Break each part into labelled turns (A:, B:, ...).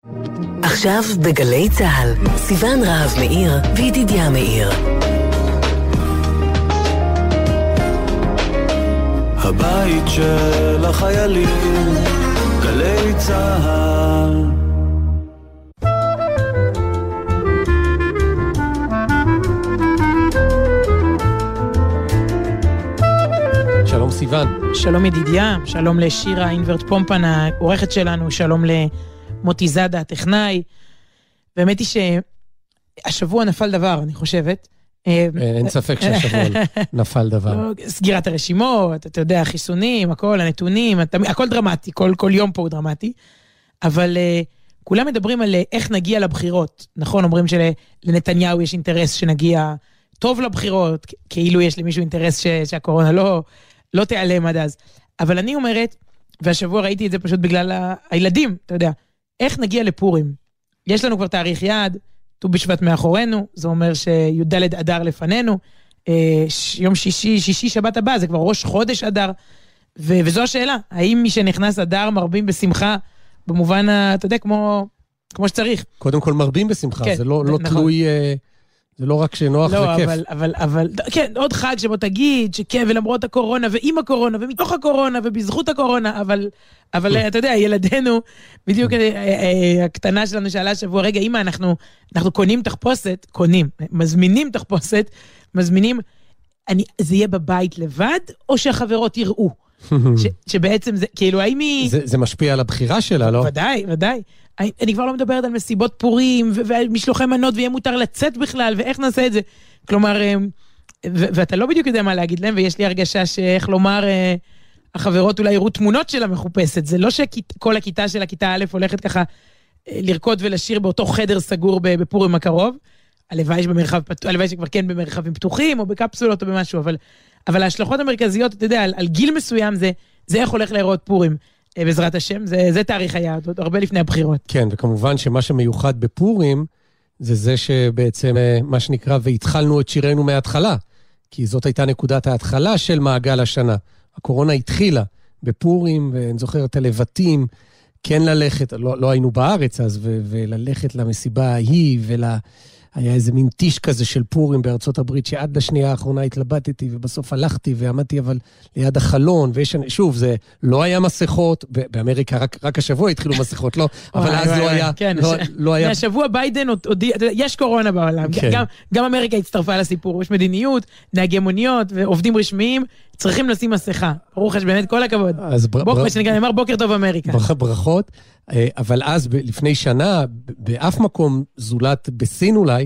A: עכשיו בגלי צהל, סיוון רהב מאיר וידידיה מאיר.
B: הבית של החיילים, גלי צהל.
C: שלום סיוון.
D: שלום ידידיה, שלום לשירה אינברט פומפן העורכת שלנו, שלום למוטי זאדה הטכנאי. באמת היא שהשבוע נפל דבר, אני חושבת.
C: אין ספק שהשבוע נפל דבר.
D: סגירת הרשימות, אתה יודע, חיסונים, הכל, הנתונים, הכל דרמטי, כל יום פה הוא דרמטי. אבל כולם מדברים על איך נגיע לבחירות. נכון, אומרים שלנתניהו יש אינטרס שנגיע טוב לבחירות, כאילו יש למישהו אינטרס שהקורונה לא תיעלם עד אז. אבל אני אומרת, והשבוע ראיתי את זה פשוט בגלל הילדים, אתה יודע, איך נגיע לפורים? יש לנו כבר תאריך יעד, ט"ו בשבט מאחורינו, זה אומר שי"ד אדר לפנינו, יום שישי שבת הבא, זה כבר ראש חודש אדר, וזו השאלה, האם מי שנכנס אדר מרבים בשמחה, במובן, אתה יודע, כמו שצריך.
C: קודם כל מרבים בשמחה, כן, זה לא תלוי... זה לא רק שנוח וכיף.
D: אבל, כן, עוד חג שבו תגיד שכן, ולמרות הקורונה, ועם הקורונה, ומתוך הקורונה, ובזכות הקורונה, אבל אתה יודע, ילדינו, בדיוק הקטנה שלנו שאלה שבוע, רגע, אמא, אנחנו קונים תחפושת, מזמינים תחפושת, זה יהיה בבית לבד, או שהחברות יראו? שבעצם זה, כאילו, האם היא...
C: זה משפיע על הבחירה שלה, לא?
D: ודאי. אני כבר לא מדברת על מסיבות פורים, ומשלוחי מנות, ויהיה מותר לצאת בכלל, ואיך נעשה את זה. כלומר, ואתה לא בדיוק יודע מה להגיד להם, ויש לי הרגשה שאיך לומר, החברות אולי יראו תמונות שלה מחופשת. זה לא שכל הכיתה של הכיתה א' הולכת ככה לרקוד ולשיר באותו חדר סגור בפורים הקרוב. הלוואי שכבר כן במרחבים פתוחים, או בקפסולות או במשהו, אבל ההשלכות המרכזיות, אתה יודע, על גיל מסוים זה איך הולך להיראות פורים. בעזרת השם, זה תאריך היעד, עוד הרבה לפני הבחירות.
C: כן, וכמובן שמה שמיוחד בפורים, זה שבעצם מה שנקרא, והתחלנו את שירנו מההתחלה, כי זאת הייתה נקודת ההתחלה של מעגל השנה. הקורונה התחילה בפורים, ואני זוכר את הלבטים, כן ללכת, לא היינו בארץ אז, וללכת למסיבה ההיא, היה איזה מין טיש כזה של פורים בארצות הברית, שעד לשנייה האחרונה התלבטתי, ובסוף הלכתי ועמדתי אבל ליד החלון, שוב, זה לא היה מסכות, באמריקה רק השבוע התחילו מסכות, לא, אבל אז לא היה...
D: מהשבוע ביידן הודיע, יש קורונה בעולם, גם אמריקה הצטרפה לסיפור, יש מדיניות, נהגי מוניות ועובדים רשמיים, צריכים לשים מסכה. ברוך השם, באמת כל הכבוד. נאמר בוקר טוב אמריקה.
C: ברכות. אבל אז, לפני שנה, באף מקום זולת בסין אולי,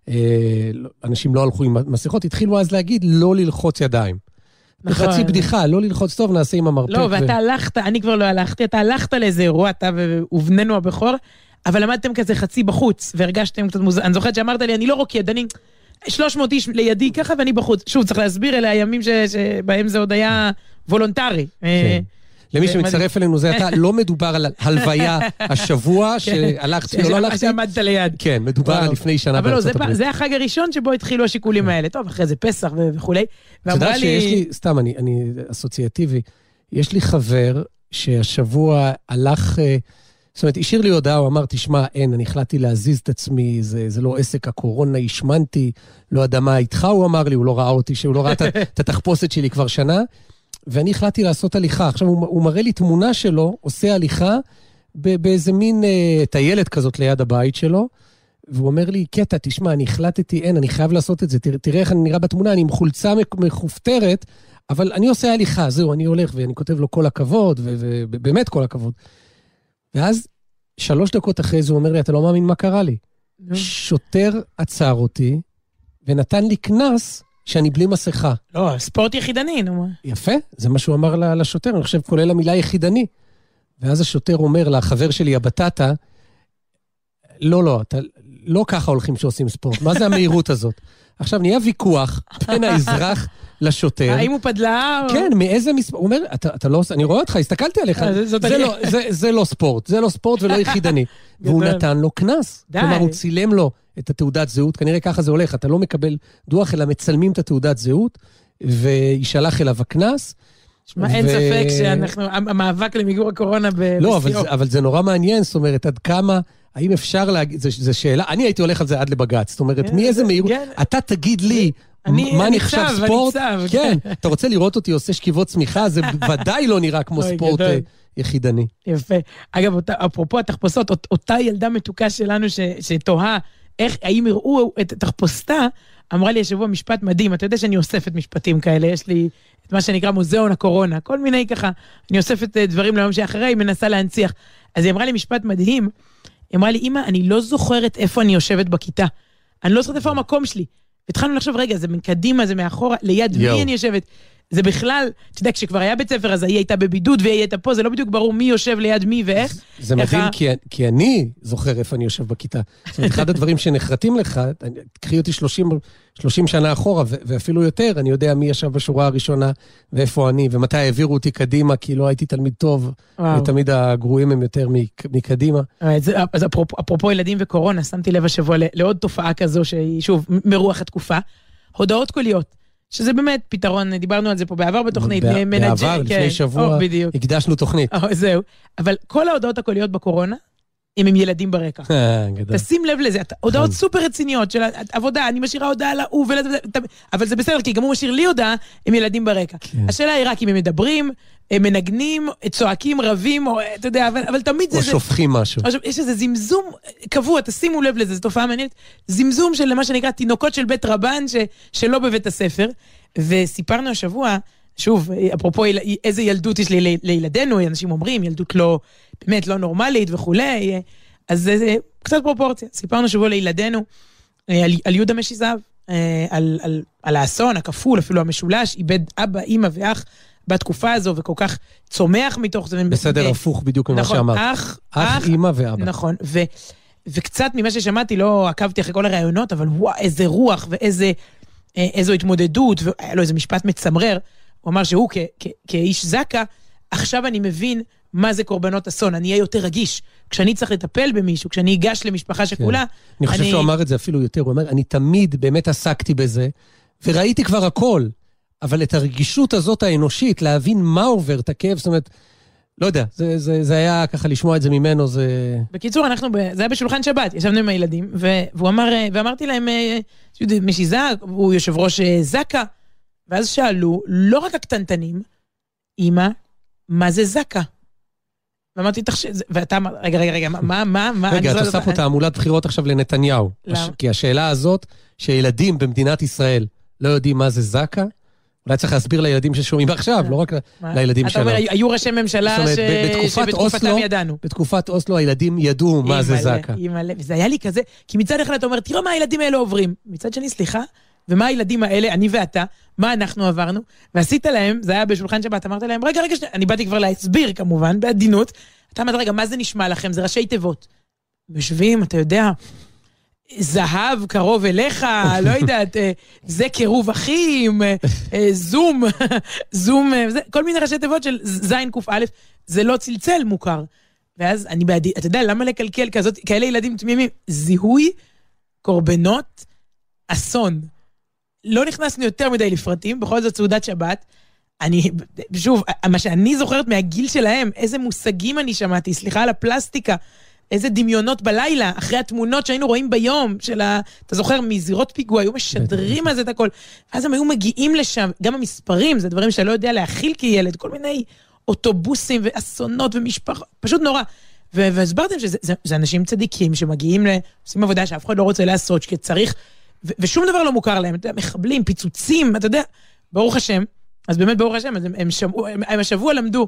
C: אנשים לא הלכו עם מסכות, התחילו אז להגיד לא ללחוץ ידיים. בחצי בדיחה, לא ללחוץ טוב, נעשה עם המרפק.
D: לא, ואתה הלכת, אני כבר לא הלכתי, אתה הלכת לאיזה אירוע, אתה ובננו הבכור, אבל למדתם כזה חצי בחוץ, והרגשתם קצת מוזר. אני זוכרת שאמרת לי, אני לא רוקד, אני 300 איש לידי ככה, ואני בחוץ. שוב, צריך להסביר, אלה הימים שבהם זה עוד היה וולונטרי.
C: כן. למי שמצטרף אלינו, זה אתה, לא מדובר על הלוויה השבוע, שהלכתי או לא הלכתי.
D: שעמדת ליד.
C: כן, מדובר על לפני שנה בארצות הברית.
D: זה החג הראשון שבו התחילו השיקולים האלה. טוב, אחרי זה פסח וכו'.
C: אתה יודע שיש לי, סתם, אני אסוציאטיבי, יש לי חבר שהשבוע הלך, זאת אומרת, השאיר לי הודעה, הוא אמר, תשמע, אני החלטתי להזיז את עצמי, זה לא עסק, הקורונה, השמנתי, לא יודע מה איתך, הוא אמר לי, הוא לא ראה אותי, הוא לא ראה את התחפושת שלי כבר שנה, ואני החלטתי לעשות הליכה. עכשיו, הוא מראה לי תמונה שלו, עושה הליכה, באיזה מין טיילת כזאת ליד הבית שלו, והוא אומר לי, קטע, תשמע, אני החלטתי, אני חייב לעשות את זה, תראה איך אני נראה בתמונה, אני עם חולצה מחופתרת, אבל אני עושה הליכה, זהו, אני הולך, ואני כותב לו כל הכבוד, ובאמת כל הכבוד. ואז, 3 דקות אחרי זה, הוא אומר לי, אתה לא מאמין מה קרה לי. שוטר עצר אותי, ונתן לי כנס, שאני בלי מסכה.
D: לא, ספורט יחידני, נו.
C: יפה, זה מה שהוא אמר לשוטר, אני חושב כולל המילה יחידני. ואז השוטר אומר לחבר שלי, הבטטה, לא, אתה לא ככה הולכים שעושים ספורט, מה זה המהירות הזאת? עכשיו נהיה ויכוח בין האזרח לשוטר.
D: האם הוא פדלה?
C: כן, מאיזה מספר, הוא אומר, אתה לא, אני רואה אותך, הסתכלתי עליך, זה לא ספורט, זה לא ספורט ולא יחידני. והוא נתן לו כנס, כלומר הוא צילם לו את התעודת זהות, כנראה ככה זה הולך, אתה לא מקבל דוח, אלא מצלמים את התעודת זהות, וישלח אליו הכנס.
D: אין ספק שאנחנו, המאבק למיגור הקורונה
C: לא, אבל זה נורא מעניין, זאת אומרת, עד כמה האם אפשר להגיד, זו שאלה, אני הייתי הולך על זה עד לבגץ, זאת אומרת, מאיזה מהירות, אתה תגיד לי, מה נחשב ספורט? כן, אתה רוצה לראות אותי עושה שכיבות צמיחה, זה ודאי לא נראה כמו ספורט יחידני.
D: יפה. אגב, אפרופו התחפושות, אותה ילדה מתוקה שלנו שתוהה, האם יראו את התחפושתה, אמרה לי השבוע משפט מדהים, אתה יודע שאני אוספת משפטים כאלה, יש לי את מה שנקרא מוזיאון הקורונה, כל מיני ככה, אני אוספת דברים ליום שאחרי, היא מנסה להנציח. אז היא אמרה לי משפט מדהים, היא אמרה לי, אמא, אני לא זוכרת איפה אני יושבת בכיתה, אני לא זוכרת איפה המקום שלי. והתחלנו לחשוב, רגע, זה מקדימה, זה מאחורה, ליד מי אני יושבת? זה בכלל, אתה יודע, כשכבר היה בית ספר, אז היא הייתה בבידוד והיא הייתה פה, זה לא בדיוק ברור מי יושב ליד מי ואיך.
C: זה מדהים, כי אני זוכר איפה אני יושב בכיתה. זאת אומרת, אחד הדברים שנחרטים לך, קחי אותי 30 שנה אחורה, ואפילו יותר, אני יודע מי ישב בשורה הראשונה, ואיפה אני, ומתי העבירו אותי קדימה, כי לא הייתי תלמיד טוב, ותמיד הגרועים הם יותר מקדימה.
D: אז אפרופו ילדים וקורונה, שמתי לב השבוע לעוד תופעה כזו, שהיא שוב מרוח התקופה, הודעות קוליות. שזה באמת פתרון, דיברנו על זה פה בעבר בתוכנית.
C: בעבר, לפני שבוע, הקדשנו תוכנית.
D: זהו. אבל כל ההודעות הקוליות בקורונה, הם עם ילדים ברקע. תשים לב לזה, הודעות סופר רציניות של עבודה, אני משאירה הודעה להוא, אבל זה בסדר, כי גם הוא משאיר לי הודעה, הם ילדים ברקע. השאלה היא רק אם הם מדברים, הם מנגנים, צועקים, רבים, אתה יודע, אבל תמיד זה...
C: או שופכים משהו.
D: יש איזה זמזום קבוע, תשימו לב לזה, זו תופעה מעניינת, זמזום של מה שנקרא תינוקות של בית רבן, שלא בבית הספר, וסיפרנו השבוע, שוב, אפרופו איזה ילדות יש לילדינו, אנשים אומרים, ילדות לא, באמת לא נורמלית וכולי, אז זה קצת פרופורציה. סיפרנו שבוע לילדינו, על יהודה משיזהב, על האסון, הכפול, אפילו המשולש, איבד אבא, אמא ואח, בתקופה הזו, וכל כך צומח מתוך זה.
C: בסדר, הפוך בדיוק ממה שאמרת. אח, אמא ואבא.
D: נכון, וקצת ממה ששמעתי, לא עקבתי אחרי כל הרעיונות, אבל וואו, איזה רוח ואיזו התמודדות, והיה לו איזה משפט מצמרר, הוא אמר שהוא כאיש זקה, עכשיו אני מבין מה זה קורבנות אסון, אני אהיה יותר רגיש, כשאני צריך לטפל במישהו, כשאני אגש למשפחה שכולה.
C: אני חושב שהוא אמר את זה אפילו יותר, הוא אומר, אני תמיד באמת עסקתי בזה, וראיתי כבר הכל, אבל את הרגישות הזאת האנושית, להבין מה עובר את הכאב, זאת אומרת, לא יודע, זה היה ככה לשמוע את זה ממנו, זה...
D: בקיצור, זה היה בשולחן שבת, ישבנו עם הילדים, והוא אמר, ואמרתי להם, משיזהב, הוא יושב ראש זקה, ואז שאלו, לא רק הקטנטנים, אמא, מה זה זקה? ואמרתי, ואתה אמר, רגע, מה?
C: רגע, אתה עושה פה תעמולת בחירות עכשיו לנתניהו. כי השאלה הזאת, שילדים במדינת ישראל לא יודעים מה זה זקה, אולי צריך להסביר לילדים ששומעים עכשיו, לא רק לילדים שלנו.
D: אתה אומר, היו ראשי ממשלה שבתקופתם ידענו.
C: בתקופת אוסלו הילדים ידעו מה זה זקה.
D: וזה היה לי כזה, כי מצד אחד אתה אומר, תראה מה הילדים האלה עוברים. מצד שני, סליחה, ומה הילדים האלה, אני ואתה, מה אנחנו עברנו, ועשית להם, זה היה בשולחן שבת, אמרת להם, רגע, אני באתי כבר להסביר כמובן, בעדינות, אתה אמרת, רגע, מה זה נשמע לכם? זה ראשי תיבות. יושבים, אתה יודע, זהב קרוב אליך, לא יודעת, זה קירוב אחים, זום, כל מיני ראשי תיבות של זין קוף א', זה לא צלצל מוכר. ואז אני בעדי, אתה יודע, למה לקלקל כאלה ילדים תמימים? זיהוי, קורבנות, אסון. לא נכנסנו יותר מדי לפרטים, בכל זאת סעודת שבת, שוב, מה שאני זוכרת מהגיל שלהם, איזה מושגים אני שמעתי, סליחה על הפלסטיקה, איזה דמיונות בלילה, אחרי התמונות שהיינו רואים ביום, אתה זוכר, מזירות פיגוע, היו משדרים על זה את הכל, ואז הם היו מגיעים לשם, גם המספרים, זה דברים שאני לא יודע להכיל כילד, כל מיני אוטובוסים ואסונות ומשפחות, פשוט נורא. והסברתם שזה אנשים צדיקים שמגיעים עושים עבודה שאף אחד לא רוצה לעשות, שצריך, ושום דבר לא מוכר להם, אתה יודע, מחבלים, פיצוצים, אתה יודע, ברוך השם, אז באמת ברוך השם, הם השבוע למדו,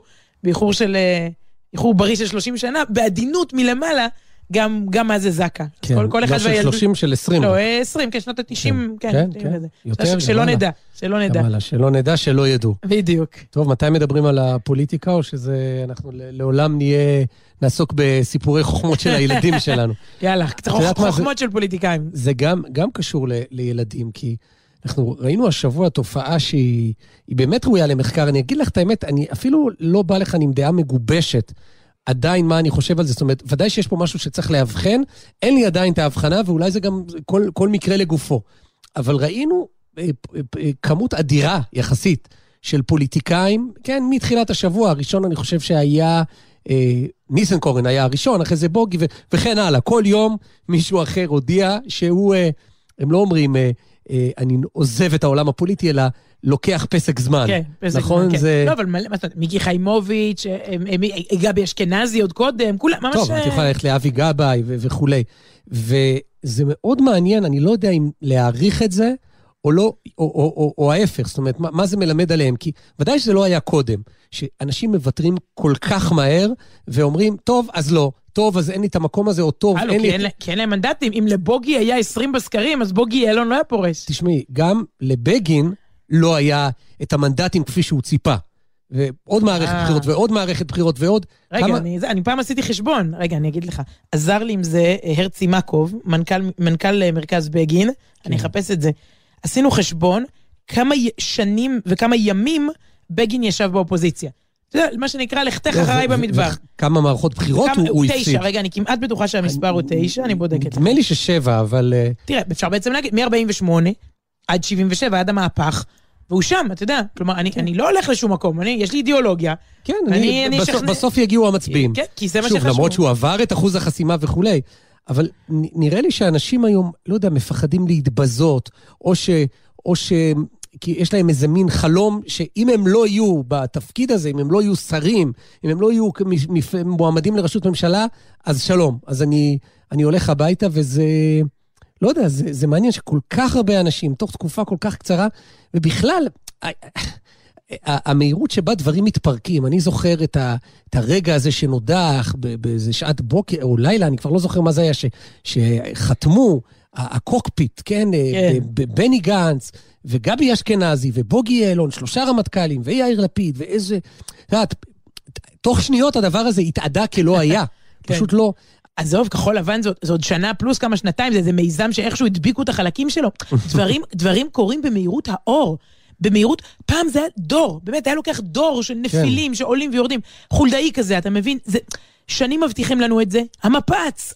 D: באיחור בריא של 30 שנה, בעדינות מלמעלה, גם מה זה זקה.
C: כן, לא של 30, של 20.
D: לא, 20, כן, שנות ה-90, כן. שלא נדע,
C: שלא נדע, שלא ידעו.
D: בדיוק.
C: טוב, מתי מדברים על הפוליטיקה, או שזה, אנחנו לעולם נעסוק בסיפורי חוכמות של הילדים שלנו?
D: יאללה, קצת חוכמות של פוליטיקאים.
C: זה גם קשור לילדים, כי אנחנו ראינו השבוע תופעה שהיא באמת ראויה למחקר. אני אגיד לך את האמת, אני אפילו לא בא לך עם דעה מגובשת, עדיין מה אני חושב על זה, זאת אומרת, ודאי שיש פה משהו שצריך להבחן, אין לי עדיין את ההבחנה, ואולי זה גם כל מקרה לגופו. אבל ראינו כמות אדירה יחסית של פוליטיקאים, כן, מתחילת השבוע הראשון אני חושב שהיה ניסנקורן היה הראשון, אחרי זה בוגי, וכן הלאה. כל יום מישהו אחר הודיע שהוא, הם לא אומרים, אני עוזב את העולם הפוליטי, אלא לוקח פסק זמן.
D: כן, פסק
C: נכון?
D: זמן,
C: זה...
D: כן. לא, אבל מיקי חיימוביץ', גבי אשכנזי עוד קודם, כולם, ממש...
C: טוב, את יכולה ללכת לאבי גבאי וכולי. וזה מאוד מעניין, אני לא יודע אם להעריך את זה, או לא, או ההפך, זאת אומרת, מה זה מלמד עליהם? כי ודאי שזה לא היה קודם, שאנשים מוותרים כל כך מהר, ואומרים, טוב, אז לא, טוב, אז אין לי את המקום הזה, או טוב, אין לי...
D: כי אין להם מנדטים, אם לבוגי היה 20 בסקרים, אז בוגי יעלון לא היה פורש.
C: תשמעי, גם לבגין לא היה את המנדטים כפי שהוא ציפה. ועוד מערכת בחירות, ועוד מערכת בחירות, ועוד...
D: רגע, אני פעם עשיתי חשבון, רגע, אני אגיד לך, עזר לי עם זה הרצי מקוב, מנכ"ל מרכז בגין, אני אחפש את זה, עשינו חשבון, כמה שנים וכמה ימים בגין ישב באופוזיציה. אתה יודע, מה שנקרא, לכתך אחריי במדבר.
C: כמה מערכות בחירות הוא הפסיד?
D: 9, רגע, אני כמעט בטוחה שהמספר הוא 9, אני בודקת.
C: נדמה לי ש7, אבל...
D: תראה, אפשר בעצם להגיד, מ-48 עד 77, עד המהפך, והוא שם, אתה יודע, כלומר, אני לא הולך לשום מקום, יש לי אידיאולוגיה.
C: כן, בסוף יגיעו המצביעים.
D: כן, כי זה מה שחשוב.
C: שוב, למרות שהוא עבר את אחוז החסימה וכולי, אבל נראה לי שאנשים היום, לא יודע, מפחדים להתבזות, או כי יש להם איזה מין חלום, שאם הם לא יהיו בתפקיד הזה, אם הם לא יהיו שרים, אם הם לא יהיו מועמדים לראשות ממשלה, אז שלום. אז אני הולך הביתה, וזה... לא יודע, זה מעניין שכל כך הרבה אנשים, תוך תקופה כל כך קצרה, ובכלל, המהירות שבה דברים מתפרקים, אני זוכר את הרגע הזה שנודח, באיזה שעת בוקר, או לילה, אני כבר לא זוכר מה זה היה, שחתמו, הקוקפיט, כן, בני גנץ, וגבי אשכנזי, ובוגי יעלון, 3 רמטכ"לים, ויאיר לפיד, ואיזה... תוך שניות הדבר הזה התעדה כלא היה, פשוט לא...
D: עזוב, כחול לבן זה עוד שנה פלוס כמה שנתיים, זה מיזם שאיכשהו הדביקו את החלקים שלו. דברים קורים במהירות האור. במהירות, פעם זה היה דור, באמת היה לוקח דור של נפילים שעולים ויורדים. חולדאי כזה, אתה מבין? שנים מבטיחים לנו את זה. המפץ,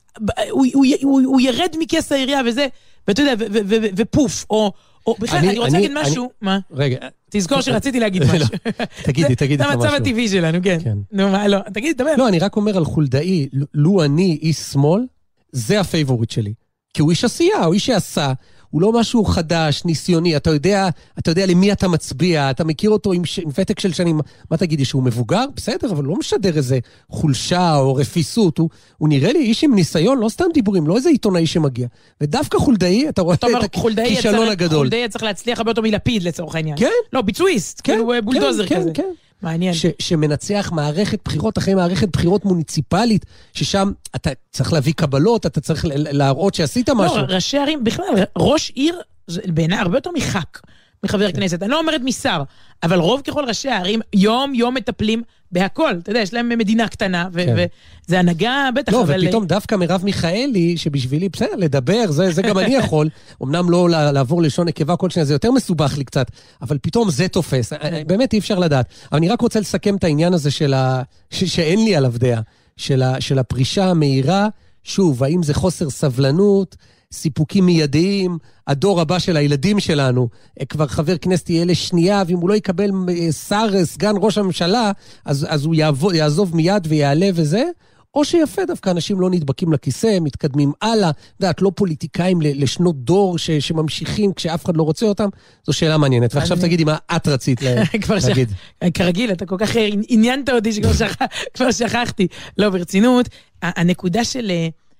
D: הוא ירד מכס העירייה וזה, ואתה יודע, ופוף, או בכלל, אני רוצה להגיד משהו. מה?
C: רגע.
D: תזכור שרציתי להגיד משהו.
C: תגידי את המשהו.
D: זה המצב הטבעי שלנו, כן. נו, מה, לא, תגיד, דבר.
C: לא, אני רק אומר על חולדאי, לו אני איש שמאל, זה הפייבוריט שלי. כי הוא איש עשייה, הוא איש שעשה, הוא לא משהו חדש, ניסיוני, אתה יודע למי אתה מצביע, אתה מכיר אותו עם ותק של שנים, מה תגידי, שהוא מבוגר? בסדר, אבל לא משדר איזה חולשה או רפיסות, הוא נראה לי איש עם ניסיון, לא סתם דיבורים, לא איזה עיתונאי שמגיע. ודווקא חולדאי, אתה רואה את הכישלון הגדול.
D: חולדאי צריך להצליח הרבה אותו מלפיד לצורך העניין.
C: כן.
D: לא, ביצועיסט, כאילו בולדוזר כזה.
C: כן.
D: מעניין.
C: שמנצח מערכת בחירות אחרי מערכת בחירות מוניציפלית, ששם אתה צריך להביא קבלות, אתה צריך להראות שעשית משהו.
D: לא, ראשי ערים, בכלל, ראש עיר, בעיניי הרבה יותר מחבר כנסת. אני לא אומרת משר, אבל רוב ככל ראשי הערים, יום מטפלים בהכל. אתה יודע, יש להם מדינה קטנה, וזה הנהגה בטח.
C: לא, ופתאום דווקא מרב מיכאלי, שבשבילי, בסדר, לדבר, זה גם אני יכול, אמנם לא לעבור לשון נקבה כל שנייה, זה יותר מסובך לי קצת, אבל פתאום זה תופס. באמת אי אפשר לדעת. אבל אני רק רוצה לסכם את העניין הזה שאין לי עליו דעה, של הפרישה המהירה, שוב, האם זה חוסר סבלנות, סיפוקים מיידיים, הדור הבא של הילדים שלנו, כבר חבר כנסת יהיה לשנייה, ואם הוא לא יקבל שר, סגן ראש הממשלה, אז הוא יעזוב מיד ויעלה וזה, או שיפה דווקא אנשים לא נדבקים לכיסא, מתקדמים הלאה, דעת, לא פוליטיקאים לשנות דור שממשיכים כשאף אחד לא רוצה אותם, זו שאלה מעניינת. ועכשיו תגידי מה את רצית להגיד.
D: כרגיל, אתה כל כך עניינת אותי שכבר שכחתי. לא, ברצינות, הנקודה של...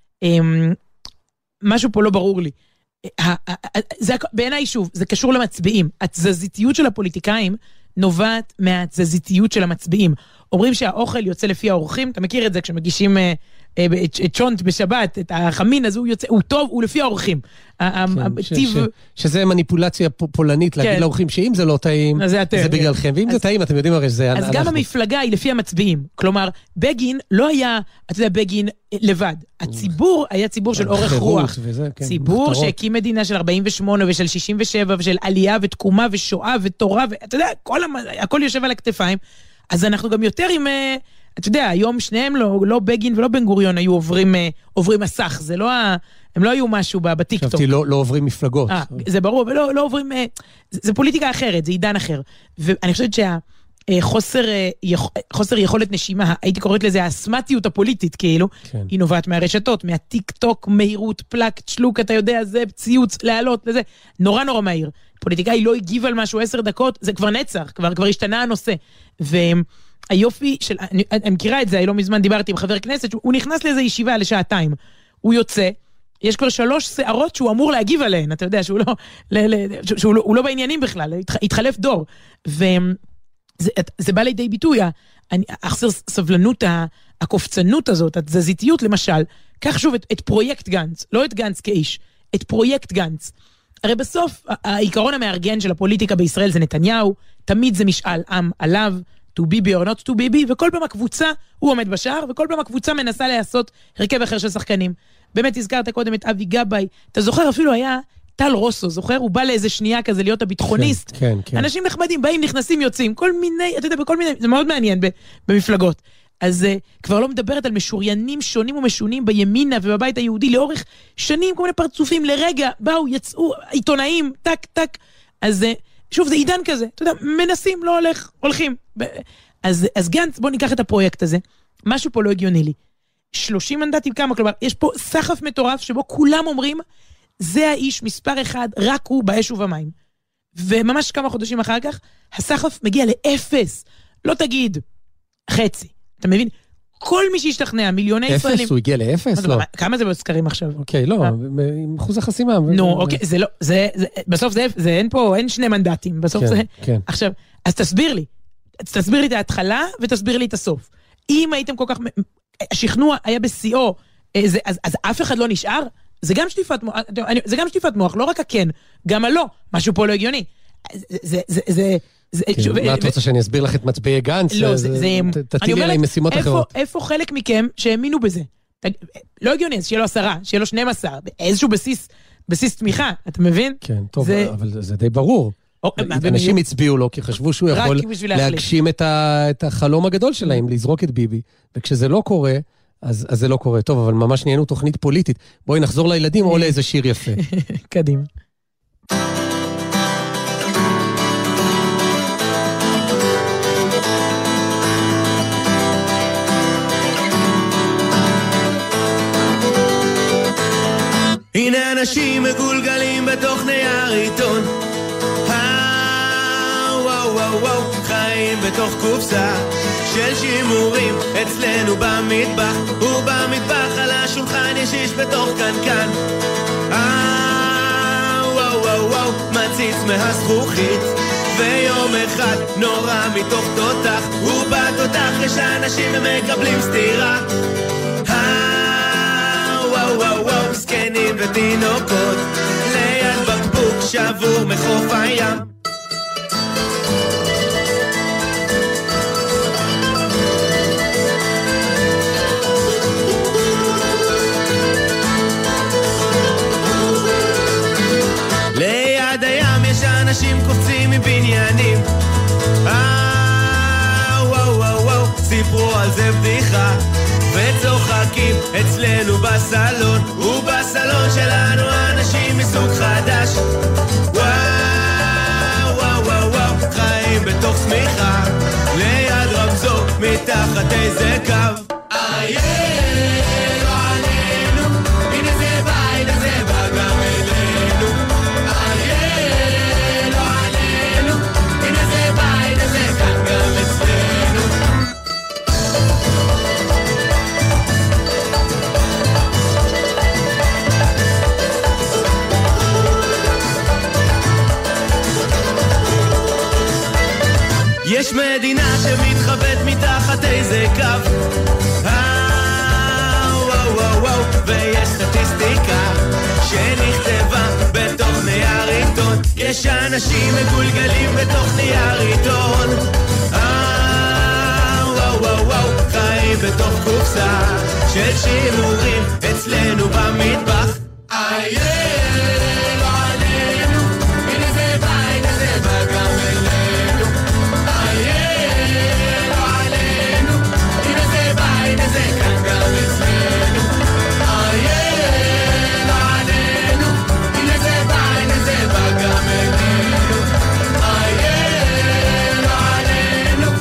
D: משהו פה לא ברור לי. בעיניי שוב, זה קשור למצביעים. התזזיתיות של הפוליטיקאים נובעת מהתזזיתיות של המצביעים. אומרים שהאוכל יוצא לפי האורחים, אתה מכיר את זה כשמגישים את שונט בשבת, את החמין, אז הוא טוב, הוא לפי האורחים.
C: שזה מניפולציה פולנית, להגיד לאורחים שאם זה לא טעים, זה בגללכם, ואם זה טעים, אתם יודעים הרי זה...
D: אז גם המפלגה היא לפי המצביעים. כלומר, בגין לא היה, אתה יודע, בגין לבד. הציבור היה ציבור של אורך רוח. ציבור שהקים מדינה של 48 ושל 67 ושל עלייה ותקומה ושואה ותורה, ואתה יודע, הכל יושב על הכתפיים. אז אנחנו גם יותר עם... אתה יודע, היום שניהם לא בגין ולא בן גוריון היו עוברים מסך, זה לא, הם לא היו משהו בטיקטוק.
C: חשבתי, לא עוברים מפלגות.
D: זה ברור, ולא עוברים, זה פוליטיקה אחרת, זה עידן אחר. ואני חושבת חוסר יכולת נשימה, הייתי קוראת לזה האסמטיות הפוליטית, כאילו,
C: כן.
D: היא נובעת מהרשתות, מהטיק טוק, מהירות, פלק, שלוק, אתה יודע, זה ציוץ, להעלות, לזה, נורא נורא מהיר. פוליטיקאי לא הגיב על משהו 10 דקות, זה כבר נצח, כבר השתנה הנושא. והיופי של, אני מכירה את זה, לא מזמן דיברתי עם חבר כנסת, הוא נכנס לאיזו ישיבה לשעתיים, הוא יוצא, יש כבר 3 שערות שהוא אמור להגיב עליהן, אתה יודע, שהוא לא בעניינים בכלל, התחלף דור. זה בא לידי ביטוי, החסר סבלנות, הקופצנות הזאת, התזזיתיות למשל, כך שוב את פרויקט גנץ, לא את גנץ כאיש, את פרויקט גנץ. הרי בסוף העיקרון המארגן של הפוליטיקה בישראל זה נתניהו, תמיד זה משאל עם עליו, to Bibi or not to Bibi, וכל פעם הקבוצה, הוא עומד בשער, וכל פעם הקבוצה מנסה לעשות הרכב אחר של שחקנים. באמת הזכרת קודם את אבי גבאי, אתה זוכר אפילו היה טל רוסו, זוכר? הוא בא לאיזה שנייה כזה להיות הביטחוניסט.
C: כן, כן.
D: אנשים נחמדים, באים, נכנסים, יוצאים, כל מיני, אתה יודע, בכל מיני, זה מאוד מעניין במפלגות. אז כבר לא מדברת על משוריינים שונים ומשונים בימינה ובבית היהודי לאורך שנים, כל מיני פרצופים לרגע, באו, יצאו, עיתונאים, טק, טק. אז שוב, זה עידן כזה, אתה יודע, מנסים, לא הולך, הולכים. אז גנץ, בוא ניקח את הפרויקט הזה. משהו פה לא הגיוני לי. 30 מנדטים כמה, כלומר, יש פה סחף מטורף שבו כולם אומרים, זה האיש מספר 1, רק הוא באש ובמים. וממש כמה חודשים אחר כך, הסחף מגיע ל0. לא תגיד חצי. אתה מבין? כל מי שהשתכנע, מיליוני ישראלים...
C: 0, הוא הגיע ל0? לא.
D: כמה זה בסקרים עכשיו?
C: אוקיי, לא, עם אחוז החסימה.
D: נו, אוקיי, זה לא, בסוף זה, אין פה, אין 2 מנדטים, בסוף זה...
C: כן.
D: עכשיו, אז תסביר לי את ההתחלה, ותסביר לי את הסוף. אם הייתם כל כך... השכנוע היה בשיאו, אז אף אחד לא נשאר? זה גם שטיפת מוח, לא רק הכן, גם הלא, משהו פה לא הגיוני.
C: מה את רוצה שאני אסביר לך את מצביעי גנץ?
D: לא,
C: תטילי עליי משימות אחרות.
D: איפה חלק מכם שהאמינו בזה? לא הגיוני, אז שיהיה לו 10, שיהיה לו 12, איזשהו בסיס תמיכה, אתה מבין?
C: כן, טוב, אבל זה די ברור. אנשים הצביעו לו, כי חשבו שהוא יכול להגשים את החלום הגדול שלהם, לזרוק את ביבי, וכשזה לא קורה, אז זה לא קורה. טוב, אבל ממש נהיינו תוכנית פוליטית. בואי נחזור לילדים או לאיזה שיר יפה.
D: קדימה.
E: הנה אנשים מגולגלים בתוך נייר עיתון, וואו וואו וואו, חיים בתוך קופסה של שימורים אצלנו במטבח, ובמטבח על השולחן יש איש בתוך קנקן, וואו וואו וואו, מציץ מהזכוכית, ויום אחד נורא מתוך תותח, ובתותח יש אנשים ומקבלים סתירה, וואו וואו וואו, סקנים ותינוקות ליד בקבוק שבור מחוף הים. ליד הים יש אנשים קופצים מבניינים, וואו וואו וואו, סיפרו על זה בדיחה וצוחקים אצלנו בסלון, ובסלון שלנו אנשים מסוג חדש, וואו וואו וואו וואו, חיים בתוך סמיכה ליד רמזור מתחת איזה קו, לא עלינו, הנה זה בא, הנה זה בא גם אלינו, לא עלינו, הנה זה בא, הנה זה כאן גם אצלנו. יש מדינה שמתחבאת מתחת איזה קו, וואו וואו וואו, ויש סטטיסטיקה שנכתבה בתוך נייר עיתון, יש אנשים מגולגלים בתוך נייר עיתון, וואו וואו וואו, חיים בתוך קופסה של שימורים אצלנו במטבח, לא עלינו, הנה זה בא, הנה זה בא גם אלינו, לא עלינו, הנה זה בא, הנה זה כאן גם אצלנו, לא עלינו, הנה זה בא, הנה זה בא גם אלינו, לא עלינו,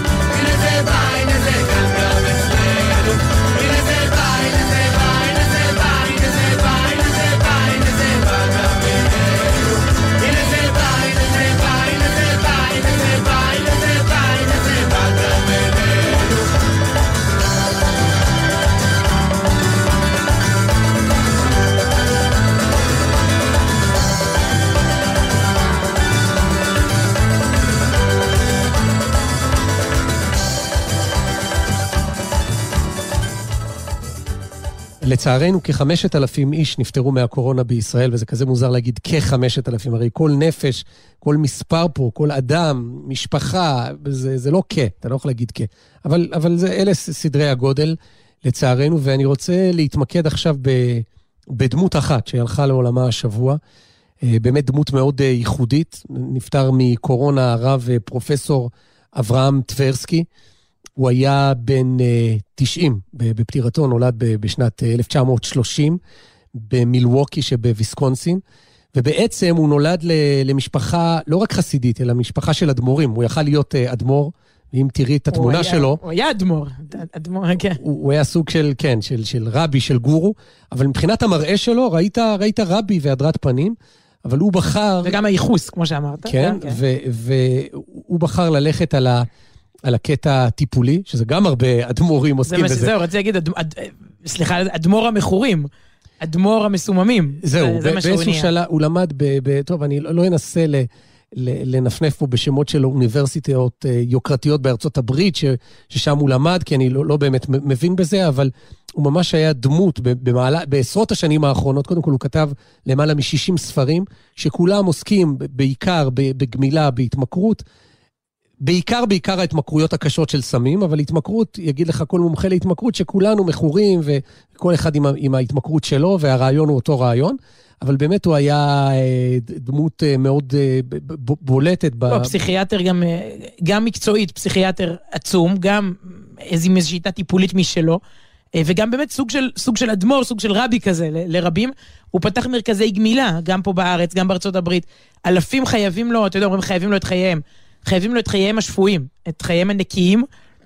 C: לצערנו, כ5,000 איש נפטרו מהקורונה בישראל, וזה כזה מוזר להגיד כ5,000, הרי כל נפש, כל מספר פה, כל אדם, משפחה, זה לא אתה לא יכול להגיד אבל אלה סדרי הגודל, לצערנו, ואני רוצה להתמקד עכשיו בדמות אחת שהלכה לעולמה השבוע, באמת דמות מאוד ייחודית, נפטר מקורונה הרב פרופסור אברהם טברסקי, הוא היה בן 90 בפטירתו, נולד בשנת 1930 במילווקי שבוויסקונסין, ובעצם הוא נולד למשפחה לא רק חסידית, אלא משפחה של אדמו"רים, הוא יכל להיות אדמו"ר, ואם תראי את התמונה שלו...
D: הוא היה אדמו"ר, כן.
C: הוא היה סוג של רבי, של גורו, אבל מבחינת המראה שלו ראית רבי והדרת פנים, אבל הוא בחר...
D: וגם הייחוס, כמו שאמרת.
C: כן, והוא בחר ללכת על הקטע הטיפולי, שזה גם הרבה אדמו"רים עוסקים בזה.
D: זהו, רציתי להגיד, סליחה, אדמו"ר המחורים, אדמו"ר המסוממים.
C: זהו, באיזשהו שלה, הוא למד טוב, אני לא אנסה לנפנף פה בשמות של אוניברסיטאות יוקרתיות בארצות הברית, ששם הוא למד, כי אני לא באמת מבין בזה, אבל הוא ממש היה דמות בעשרות השנים האחרונות. קודם כל הוא כתב למעלה מ-60 ספרים, שכולם עוסקים בעיקר בגמילה, בהתמכרות, בעיקר ההתמכרויות הקשות של סמים, אבל התמכרות, יגיד לך כל מומחה להתמכרות, שכולנו מכורים, וכל אחד עם ההתמכרות שלו, והרעיון הוא אותו רעיון, אבל באמת הוא היה דמות מאוד בולטת.
D: פסיכיאטר גם מקצועית, פסיכיאטר עצום, גם איזו שיטה טיפולית משלו, וגם באמת סוג של אדמו"ר, סוג של רבי כזה לרבים. הוא פתח מרכזי גמילה, גם פה בארץ, גם בארצות הברית. אלפים חייבים לו, אתה יודע, אומרים חייבים לו את חייהם. חייבים לו את חייהם השפויים, את חייהם הנקיים,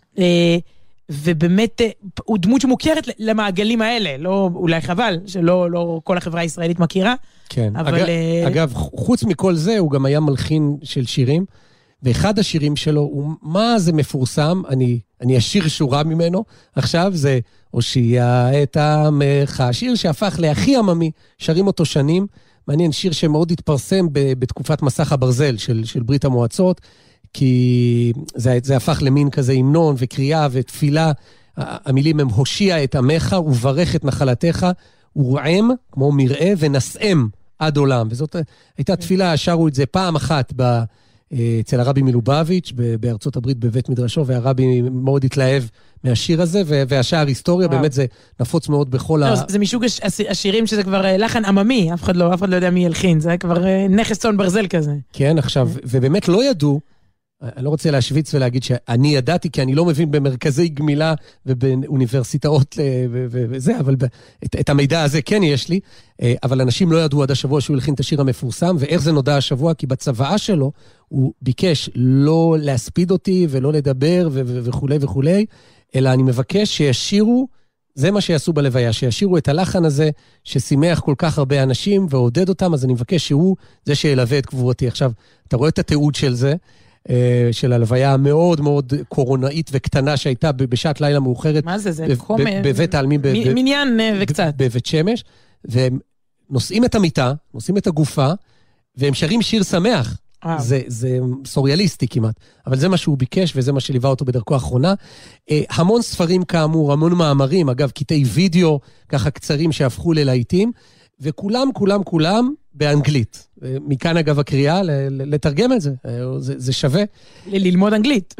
D: ובאמת הוא דמות שמוכרת למעגלים האלה, לא, אולי חבל, שלא כל החברה הישראלית מכירה.
C: כן,
D: אבל...
C: אגב, חוץ מכל זה, הוא גם היה מלחין של שירים, ואחד השירים שלו, הוא מה זה מפורסם, אני אשיר שורה ממנו, עכשיו זה הושיע את עמך, שיר שהפך להכי עממי, שרים אותו שנים, מעניין, שיר שמאוד התפרסם בתקופת מסך הברזל של ברית המועצות, כי זה הפך למין כזה המנון וקריאה ותפילה. המילים הם הושיע את עמך וברך את נחלתך, ורעם כמו מראה ונשאם עד עולם. וזאת הייתה תפילה, שרו את זה פעם אחת אצל הרבי מלובביץ' בארצות הברית בבית מדרשו, והרבי מאוד התלהב מהשיר הזה, והשער היסטוריה, באמת זה נפוץ מאוד בכל
D: זה משוג השירים שזה כבר לחן עממי, אף אחד לא יודע מי ילחין, זה כבר נכס צאן ברזל כזה.
C: כן, עכשיו, ובאמת לא ידעו, אני לא רוצה להשוויץ ולהגיד שאני ידעתי, כי אני לא מבין במרכזי גמילה ובאוניברסיטאות וזה, אבל את המידע הזה כן יש לי, אבל אנשים לא ידעו עד השבוע שהוא הלחין את השיר המפורסם, ואיך זה נודע השבוע? כי בצוואה שלו הוא ביקש לא להספיד אותי ולא לדבר וכולי וכולי, אלא אני מבקש שישירו, זה מה שיעשו בלוויה, שישירו את הלחן הזה ששימח כל כך הרבה אנשים ועודד אותם, אז אני מבקש שהוא זה שילווה את קבורתי. עכשיו, אתה רואה את התיעוד של זה, של הלוויה המאוד מאוד קורונאית וקטנה שהייתה בשעת לילה מאוחרת.
D: מה זה? זה
C: בבית העלמין.
D: מניין וקצת.
C: בבית שמש, והם נושאים את המיטה, נושאים את הגופה, והם שרים שיר שמח. זה סוריאליסטי כמעט, אבל זה מה שהוא ביקש, וזה מה שליווה אותו בדרכו האחרונה. המון ספרים כאמור, המון מאמרים, אגב, קטעי וידאו, ככה קצרים שהפכו ללהיטים, וכולם באנגלית. מכאן אגב הקריאה לתרגם את זה, זה שווה.
D: ללמוד אנגלית.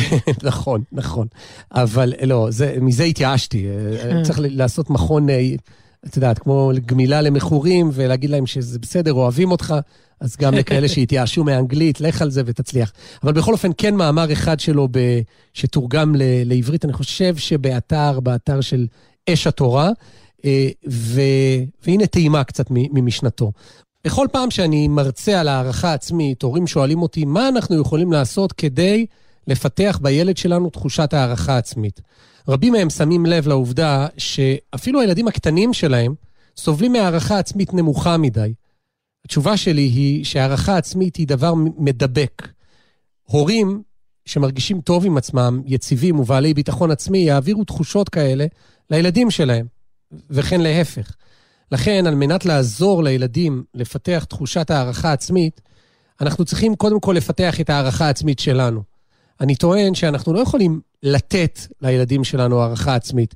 C: נכון. אבל לא, מזה התייאשתי. צריך לעשות מכון, את יודעת, כמו גמילה למכורים, ולהגיד להם שזה בסדר, אוהבים אותך, אז גם לכאלה שהתייאשו מאנגלית, לך על זה ותצליח. אבל בכל אופן, כן מאמר אחד שלו שתורגם לעברית, אני חושב באתר של אש התורה, והנה טעימה קצת ממשנתו. בכל פעם שאני מרצה על הערכה עצמית, הורים שואלים אותי, מה אנחנו יכולים לעשות כדי לפתח בילד שלנו תחושת הערכה עצמית? רבים מהם שמים לב לעובדה שאפילו הילדים הקטנים שלהם סובלים מהערכה עצמית נמוכה מדי. התשובה שלי היא שהערכה עצמית היא דבר מדבק. הורים שמרגישים טוב עם עצמם, יציבים ובעלי ביטחון עצמי, יעבירו תחושות כאלה לילדים שלהם, וכן להפך. לכן, על מנת לעזור לילדים לפתח תחושת הערכה עצמית, אנחנו צריכים קודם כל לפתח את הערכה העצמית שלנו. אני טוען שאנחנו לא יכולים לתת לילדים שלנו הערכה עצמית.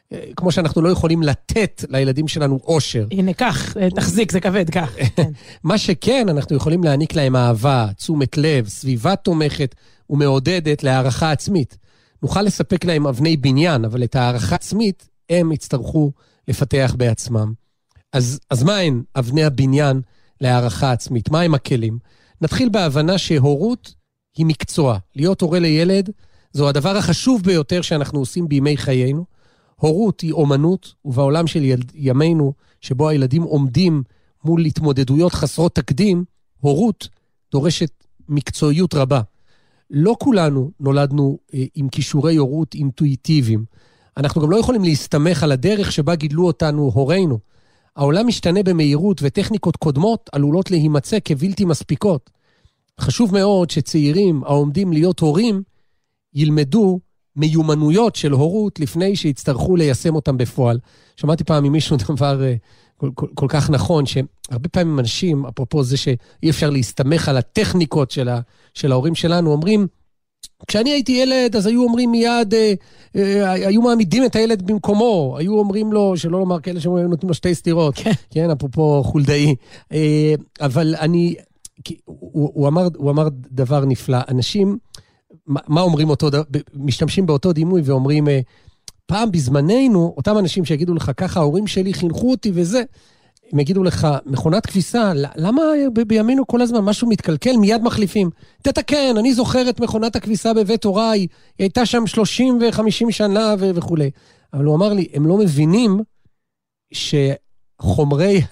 C: כמו שאנחנו לא יכולים לתת לילדים שלנו אושר.
D: הנה, כך, תחזיק, זה כבד, כך.
C: מה שכן, אנחנו יכולים להעניק להם אהבה, תשומת לב, סביבה תומכת ומעודדת להערכה עצמית. נוכל לספק להם אבני בניין, אבל את הערכה עצמית הם יצטרכו לפתח בעצמם. אז מה הן אבני הבניין להערכה עצמית? מה הם הכלים? נתחיל בהבנה שהורות היא מקצוע. להיות הורה לילד זו הדבר החשוב ביותר שאנחנו עושים בימי חיינו. הורות היא אומנות, ובעולם של ימינו, שבו הילדים עומדים מול התמודדויות חסרות תקדים, הורות דורשת מקצועיות רבה. לא כולנו נולדנו עם כישורי הורות אינטואיטיביים. אנחנו גם לא יכולים להסתמך על הדרך שבה גידלו אותנו הורינו. העולם משתנה במהירות וטכניקות קודמות עלולות להימצא כבלתי מספיקות. חשוב מאוד שצעירים העומדים להיות הורים ילמדו מיומנויות של הורות לפני שיצטרכו ליישם אותם בפועל. שמעתי פעם ממישהו דבר כל כך נכון, שהרבה פעמים אנשים, אפרופו זה שאי אפשר להסתמך על הטכניקות של ההורים שלנו, אומרים, כשאני הייתי ילד, אז היו אומרים מיד, היו מעמידים את הילד במקומו, היו אומרים לו, שלא לומר כאלה שנותנים לו שתי סתירות, כן, אפרופו חולדאי, אבל הוא אמר דבר נפלא, אנשים, מה אומרים אותו, משתמשים באותו דימוי ואומרים, פעם בזמננו, אותם אנשים שיגידו לך ככה, ההורים שלי חינכו אותי וזה, הם יגידו לך, מכונת כביסה, למה בימינו כל הזמן משהו מתקלקל, מיד מחליפים. תתקן, אני זוכר את מכונת הכביסה בבית הוריי, היא הייתה שם 30 ו-50 שנה וכו'. אבל הוא אמר לי, הם לא מבינים שחומרי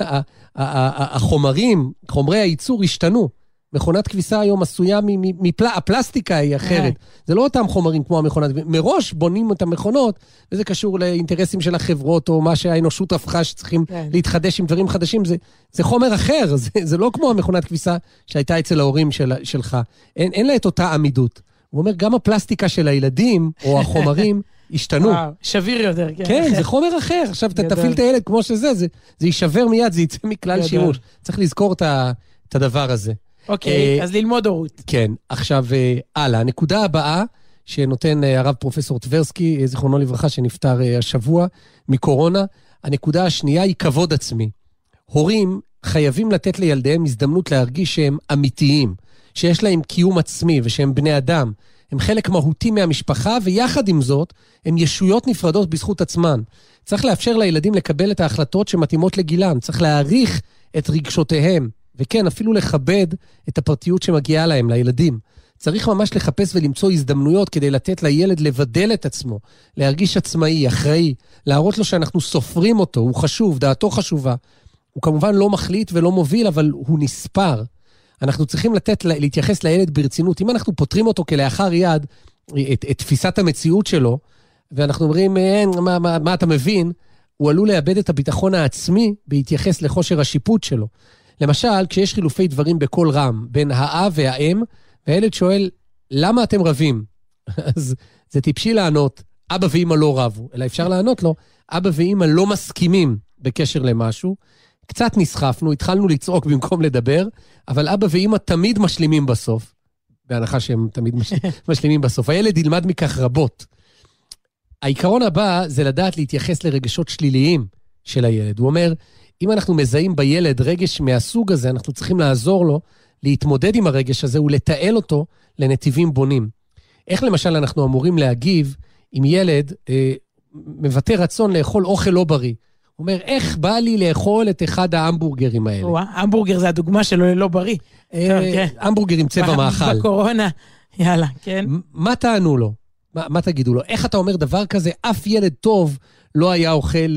C: החומרים, חומרי הייצור השתנו. מכונת כביסה היום עשויה הפלסטיקה היא אחרת. זה לא אותם חומרים כמו המכונת. מראש בונים את המכונות, וזה קשור לאינטרסים של החברות, או מה שהאנושות הפכה שצריכים להתחדש עם דברים חדשים. זה חומר אחר, זה לא כמו המכונת כביסה שהייתה אצל ההורים שלך. אין לה את אותה עמידות. הוא אומר, גם הפלסטיקה של הילדים, או החומרים, השתנו.
D: שביר יותר.
C: כן, זה חומר אחר. עכשיו, תפעיל את הילד כמו שזה, זה יישבר מיד, זה יצא מכלל שימוש. צריך לזכור את הדבר הזה.
D: אוקיי, אז ללמוד הורות.
C: כן, עכשיו הלאה. הנקודה הבאה שנותן הרב פרופסור טברסקי, זיכרונו לברכה, שנפטר השבוע מקורונה, הנקודה השנייה היא כבוד עצמי. הורים חייבים לתת לילדיהם הזדמנות להרגיש שהם אמיתיים, שיש להם קיום עצמי ושהם בני אדם. הם חלק מהותי מהמשפחה, ויחד עם זאת, הם ישויות נפרדות בזכות עצמן. צריך לאפשר לילדים לקבל את ההחלטות שמתאימות לגילם, צריך להעריך את רגשותיהם. וכן, אפילו לכבד את הפרטיות שמגיעה להם, לילדים. צריך ממש לחפש ולמצוא הזדמנויות כדי לתת לילד לבדל את עצמו, להרגיש עצמאי, אחראי, להראות לו שאנחנו סופרים אותו, הוא חשוב, דעתו חשובה. הוא כמובן לא מחליט ולא מוביל, אבל הוא נספר. אנחנו צריכים להתייחס לילד ברצינות. אם אנחנו פותרים אותו כלאחר יד, את תפיסת המציאות שלו, ואנחנו אומרים, מה אתה מבין? הוא עלול לאבד את הביטחון העצמי בהתייחס לכושר השיפוט שלו. למשל, כשיש חילופי דברים בכל רם, בין האב והאם, והילד שואל, למה אתם רבים? אז זה טיפשי לענות, אבא ואמא לא רבו, אלא אפשר לענות לו, אבא ואמא לא מסכימים בקשר למשהו, קצת נסחפנו, התחלנו לצעוק במקום לדבר, אבל אבא ואמא תמיד משלימים בסוף, בהנחה שהם תמיד משלימים בסוף. הילד ילמד מכך רבות. העיקרון הבא זה לדעת להתייחס לרגשות שליליים של הילד. הוא אומר, אם אנחנו מזהים בילד רגש מהסוג הזה, אנחנו צריכים לעזור לו להתמודד עם הרגש הזה ולתעל אותו לנתיבים בונים. איך למשל אנחנו אמורים להגיב אם ילד מבטא רצון לאכול אוכל לא בריא? הוא אומר, איך בא לי לאכול את אחד ההמבורגרים האלה?
D: המבורגר זה הדוגמה שלו ללא בריא.
C: המבורגר עם צבע מאכל.
D: בקורונה, יאללה, כן.
C: מה טענו לו? מה תגידו לו? איך אתה אומר דבר כזה? אף ילד טוב לא היה אוכל...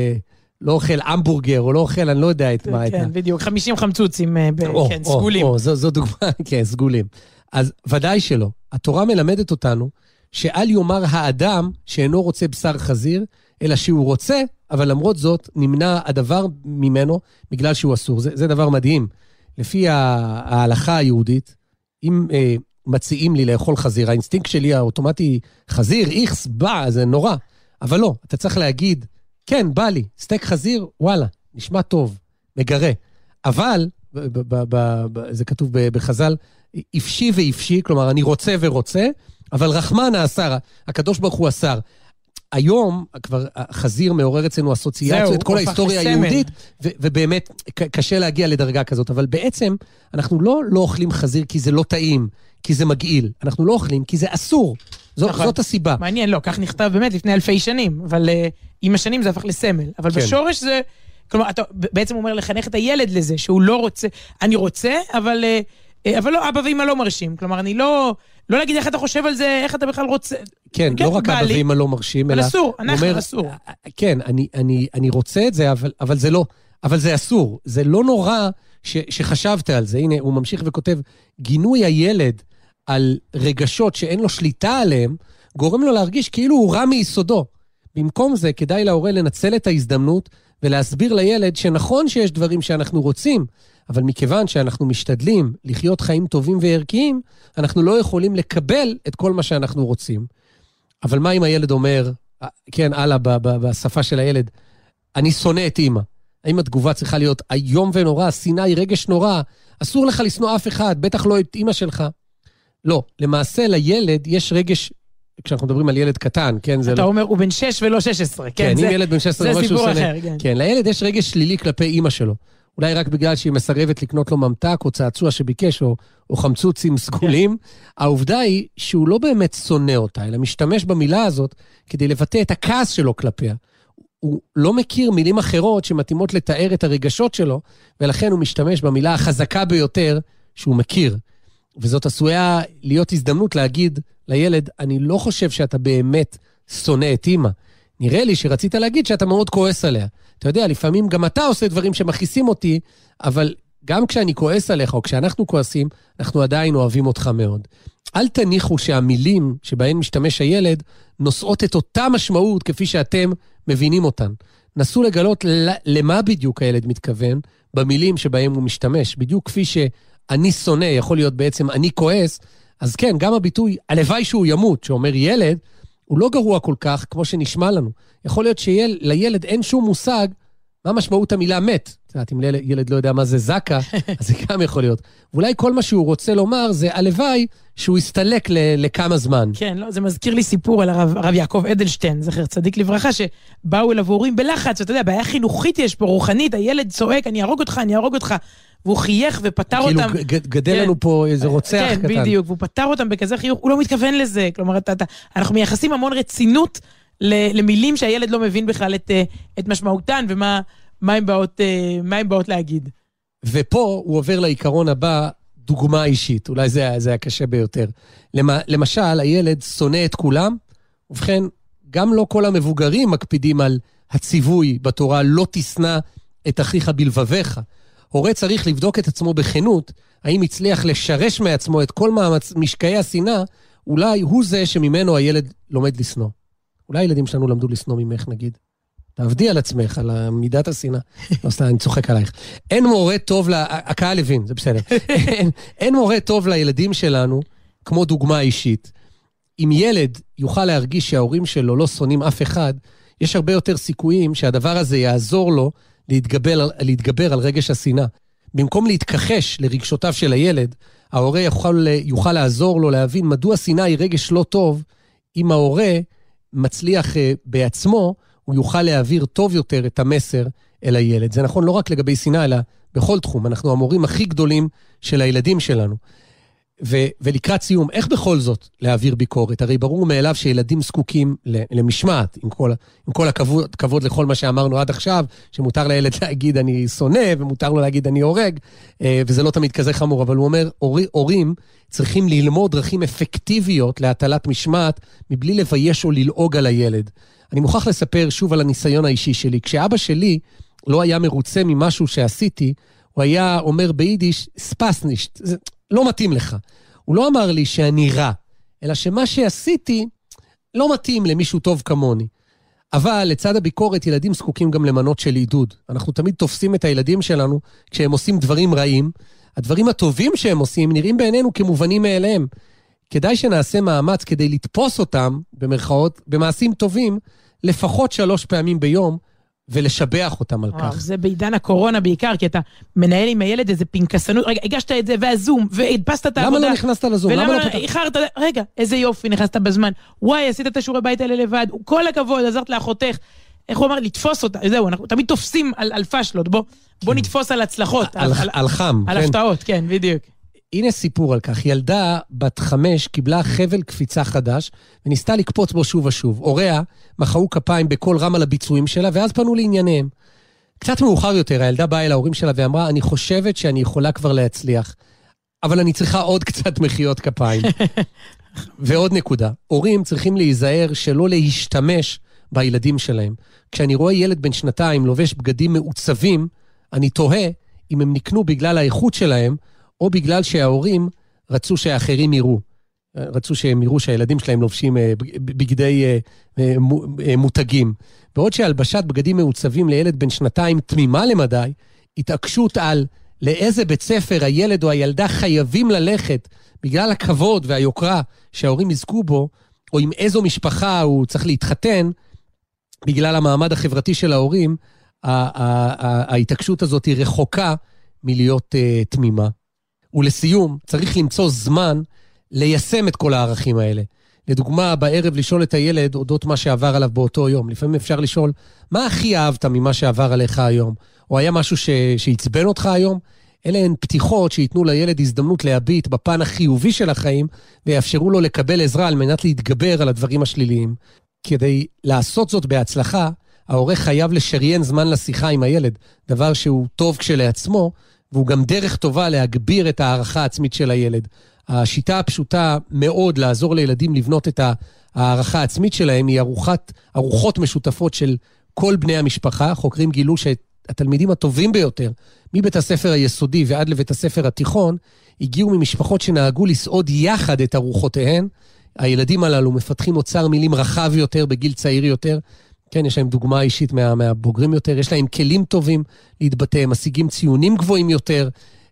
C: לא אוכל המבורגר, או לא אוכל, אני לא יודע את מה הייתה.
D: כן, בדיוק, 50 חמצוצים, כן, סגולים.
C: זו דוגמה, כן, סגולים. אז ודאי שלא. התורה מלמדת אותנו, שאל יאמר האדם שאינו רוצה בשר חזיר, אלא שהוא רוצה, אבל למרות זאת נמנע הדבר ממנו, בגלל שהוא אסור. זה דבר מדהים. לפי ההלכה היהודית, אם מציעים לי לאכול חזיר, האינסטינקט שלי האוטומטי, חזיר, איכס, בא, זה נורא. אבל לא, אתה צריך להגיד, כן, בא לי, סטייק חזיר, וואלה, נשמע טוב, מגרה. אבל, זה כתוב בחז"ל, אפשי ואפשי, כלומר, אני רוצה ורוצה, אבל רחמן האסר, הקדוש ברוך הוא אסר. היום כבר החזיר מעורר אצלנו אסוציאציות, כל ההיסטוריה היהודית, ובאמת קשה להגיע לדרגה כזאת, אבל בעצם אנחנו לא אוכלים חזיר כי זה לא טעים, כי זה מגעיל. אנחנו לא אוכלים כי זה אסור. זאת הסיבה.
D: מעניין, לא, כך נכתב באמת לפני אלפי שנים, אבל עם השנים זה הפך לסמל. אבל בשורש זה, כלומר, אתה בעצם אומר לחנך את הילד לזה, שהוא לא רוצה, אני רוצה, אבל לא, אבא ואמא לא מרשים. כלומר, אני לא להגיד איך אתה חושב על זה, איך אתה בכלל רוצה.
C: כן, לא רק אבא ואמא לא מרשים, אלא...
D: אסור, אנחנו אסור.
C: כן, אני רוצה את זה, אבל זה לא. אבל זה אסור. זה לא נורא שחשבת על זה. הנה, הוא ממשיך וכותב, גינוי הילד על רגשות שאין לו שליטה עליהם, גורם לו להרגיש כאילו הוא רע מיסודו. במקום זה, כדאי להורה לנצל את ההזדמנות ולהסביר לילד שנכון שיש דברים שאנחנו רוצים, אבל מכיוון שאנחנו משתדלים לחיות חיים טובים וערכיים, אנחנו לא יכולים לקבל את כל מה שאנחנו רוצים. אבל מה אם הילד אומר, כן, הלאה, בשפה של הילד, אני שונא את אמא. האם התגובה צריכה להיות איום ונורא, שנאה היא רגש נורא, אסור לך לשנוא אף אחד, בטח לא את אמא שלך. לא, למעשה לילד יש רגש, כשאנחנו מדברים על ילד קטן, כן, זה
D: אתה אומר, הוא בן 6 ולא 16,
C: כן, אם ילד בן 16,
D: זה סיפור אחר, כן.
C: כן, לילד יש רגש שלילי כלפי אמא שלו. אולי רק בגלל שהיא מסרבת לקנות לו ממתק, או צעצוע שביקש, או חמצוצים סגולים. העובדה היא שהוא לא באמת שונא אותה, אלא משתמש במילה הזאת כדי לבטא את הכעס שלו כלפיה. הוא לא מכיר מילים אחרות שמתאימות לתאר את הרגשות שלו, ולכן הוא משתמש במילה החזקה ביותר שהוא מכיר. וזאת עשויה להיות הזדמנות להגיד לילד, אני לא חושב שאתה באמת שונא את אמא. נראה לי שרצית להגיד שאתה מאוד כועס עליה. אתה יודע, לפעמים גם אתה עושה דברים שמכעיסים אותי, אבל גם כשאני כועס עליך, או כשאנחנו כועסים, אנחנו עדיין אוהבים אותך מאוד. אל תניחו שהמילים שבהן משתמש הילד, נושאות את אותה משמעות כפי שאתם מבינים אותן. נסו לגלות למה בדיוק הילד מתכוון, במילים שבהם הוא משתמש. בדיוק כפי שאני שונא, יכול להיות בעצם אני כועס, אז כן, גם הביטוי, הלוואי שהוא ימות, שאומר ילד, הוא לא גרוע כל כך כמו שנשמע לנו. יכול להיות שלילד אין שום מושג מה משמעות המילה מת. זאת אומרת, אם ילד לא יודע מה זה זקה, אז זה גם יכול להיות. ואולי כל מה שהוא רוצה לומר זה הלוואי שהוא יסתלק לכמה זמן.
D: כן, לא, זה מזכיר לי סיפור על הרב יעקב אדלשטיין, זכר צדיק לברכה, שבאו אליו הורים בלחץ, אתה יודע, בעיה חינוכית יש פה, רוחנית, הילד צועק, אני ארוג אותך, והוא חייך ופתר אותם.
C: כאילו גדל לנו פה איזה רוצח קטן.
D: כן, בדיוק, והוא פתר אותם בכזה חיוך, הוא לא מתכוון לזה. כלומר, אנחנו מייחסים המון רצינות למילים שהילד לא מבין בכלל את משמעותן, ומה הם באות להגיד.
C: ופה הוא עובר לעיקרון הבא, דוגמה אישית. אולי זה הקשה ביותר. למשל, הילד שונא את כולם, ובכן, גם לא כל המבוגרים מקפידים על הציווי בתורה, לא תשנא את אחיך בלבביך. הורה צריך לבדוק את עצמו בכנות, האם הצליח לשרש מעצמו את כל משקעי השנאה, אולי הוא זה שממנו הילד לומד לשנוא. אולי הילדים שלנו למדו לשנוא ממך, נגיד. תעבדי על עצמך, על מידת השנאה. לא סתם, אני צוחק עלייך. אין מורה טוב, הקהל הבין, זה בסדר. אין מורה טוב לילדים שלנו, כמו דוגמה אישית. אם ילד יוכל להרגיש שההורים שלו לא שונאים אף אחד, יש הרבה יותר סיכויים שהדבר הזה יעזור לו להתגבר על רגש השנאה. במקום להתכחש לרגשותיו של הילד, ההורה יוכל לעזור לו להבין מדוע השנאה היא רגש לא טוב, אם ההורה מצליח בעצמו, הוא יוכל להעביר טוב יותר את המסר אל הילד. זה נכון לא רק לגבי שנאה, אלא בכל תחום. אנחנו המורים הכי גדולים של הילדים שלנו. ולקראת סיום, איך בכל זאת להעביר ביקורת? הרי ברור מאליו שילדים זקוקים למשמעת, עם כל הכבוד לכל מה שאמרנו עד עכשיו, שמותר לילד להגיד אני שונא, ומותר לו להגיד אני הורג, וזה לא תמיד כזה חמור, אבל הוא אומר, הורים צריכים ללמוד דרכים אפקטיביות להטלת משמעת, מבלי לבייש או ללעוג על הילד. אני מוכרח לספר שוב על הניסיון האישי שלי. כשאבא שלי לא היה מרוצה ממשהו שעשיתי, הוא היה אומר ביידיש, ספסנישט, זה לא מתאים לך. הוא לא אמר לי שאני רע, אלא שמה שעשיתי לא מתאים למישהו טוב כמוני. אבל לצד הביקורת, ילדים זקוקים גם למנות של עידוד. אנחנו תמיד תופסים את הילדים שלנו כשהם עושים דברים רעים. הדברים הטובים שהם עושים נראים בעינינו כמובנים מאליהם. כדאי שנעשה מאמץ כדי לתפוס אותם, במרכאות, במעשים טובים, לפחות 3 פעמים ביום, ולשבח אותם על כך.
D: זה בעידן הקורונה בעיקר, כי אתה מנהל עם הילד איזה פנקסנות, רגע, הגשת את זה והזום, והדפסת את העבודה.
C: למה לא נכנסת לזום?
D: ולמה לא איחרת? רגע, איזה יופי, נכנסת בזמן. וואי, עשית את השיעורי בית האלה לבד, כל הכבוד, עזרת לאחותך. איך הוא אמר? לתפוס אותה, זהו, אנחנו תמיד תופסים על פשלות, בוא נתפוס על הצלחות.
C: על חם.
D: על הפתעות, כן, בדיוק.
C: הנה סיפור על כך, ילדה בת 5 קיבלה חבל קפיצה חדש, וניסתה לקפוץ בו שוב ושוב. הוריה מחאו כפיים בכל רם על הביצועים שלה, ואז פנו לענייניהם. קצת מאוחר יותר, הילדה באה אל ההורים שלה ואמרה, אני חושבת שאני יכולה כבר להצליח, אבל אני צריכה עוד קצת מחיאות כפיים. ועוד נקודה, הורים צריכים להיזהר שלא להשתמש בילדים שלהם. כשאני רואה ילד בן 2 לובש בגדים מעוצבים, אני תוהה אם הם נקנו בגלל האיכות שלהם, או בגלל שההורים רצו שהאחרים יראו. רצו שהם יראו שהילדים שלהם לובשים בגדי מותגים. בעוד שהלבשת בגדים מעוצבים לילד בן 2 תמימה למדי, התעקשות על לאיזה בית ספר הילד או הילדה חייבים ללכת, בגלל הכבוד והיוקרה שההורים יזכו בו, או עם איזו משפחה הוא צריך להתחתן, בגלל המעמד החברתי של ההורים, ההתעקשות הזאת היא רחוקה מלהיות תמימה. ולסיום, צריך למצוא זמן ליישם את כל הערכים האלה. לדוגמה, בערב לשאול את הילד אודות מה שעבר עליו באותו יום. לפעמים אפשר לשאול, מה הכי אהבת ממה שעבר עליך היום? או היה משהו שהצבן אותך היום? אלה הן פתיחות שיתנו לילד הזדמנות להביט בפן החיובי של החיים, ויאפשרו לו לקבל עזרה על מנת להתגבר על הדברים השליליים. כדי לעשות זאת בהצלחה, ההורה חייב לשריין זמן לשיחה עם הילד, דבר שהוא טוב כשלעצמו, והוא גם דרך טובה להגביר את הערכה העצמית של הילד. השיטה הפשוטה מאוד לעזור לילדים לבנות את הערכה העצמית שלהם, היא ארוחות משותפות של כל בני המשפחה. חוקרים גילו שהתלמידים הטובים ביותר, מבית הספר היסודי ועד לבית הספר התיכון, הגיעו ממשפחות שנהגו לסעוד יחד את ארוחותיהן. הילדים הללו מפתחים אוצר מילים רחב יותר בגיל צעיר יותר, כן, יש להם דוגמה אישית מהבוגרים יותר, יש להם כלים טובים להתבטא, משיגים ציונים גבוהים יותר.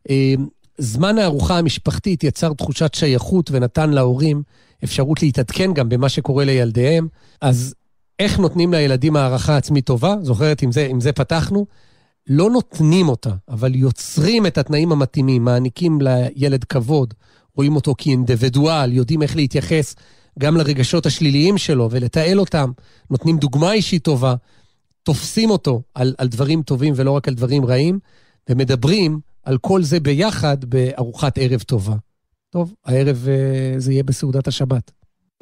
C: זמן הארוחה המשפחתית יצר תחושת שייכות ונתן להורים אפשרות להתעדכן גם במה שקורה לילדיהם. אז איך נותנים לילדים הערכה עצמית טובה? זוכרת, עם זה פתחנו? לא נותנים אותה, אבל יוצרים את התנאים המתאימים, מעניקים לילד כבוד, רואים אותו כאינדיבידואל, יודעים איך להתייחס גם לרגשות השליליים שלו ולתעל אותם, נותנים דוגמה אישית טובה, תופסים אותו על דברים טובים ולא רק על דברים רעים, ומדברים על כל זה ביחד בארוחת ערב טובה. טוב, הערב זה יהיה בסעודת השבת.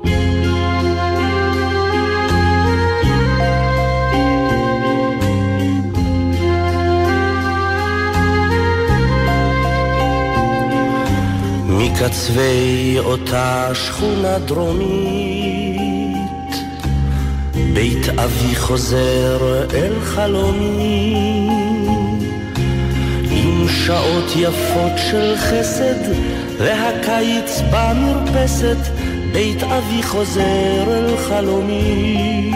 F: מקצווי אותה שכונה דרומית, בית אבי חוזר אל חלומי, עם שעות יפות של חסד והקיץ במרפסת, בית אבי חוזר אל חלומי,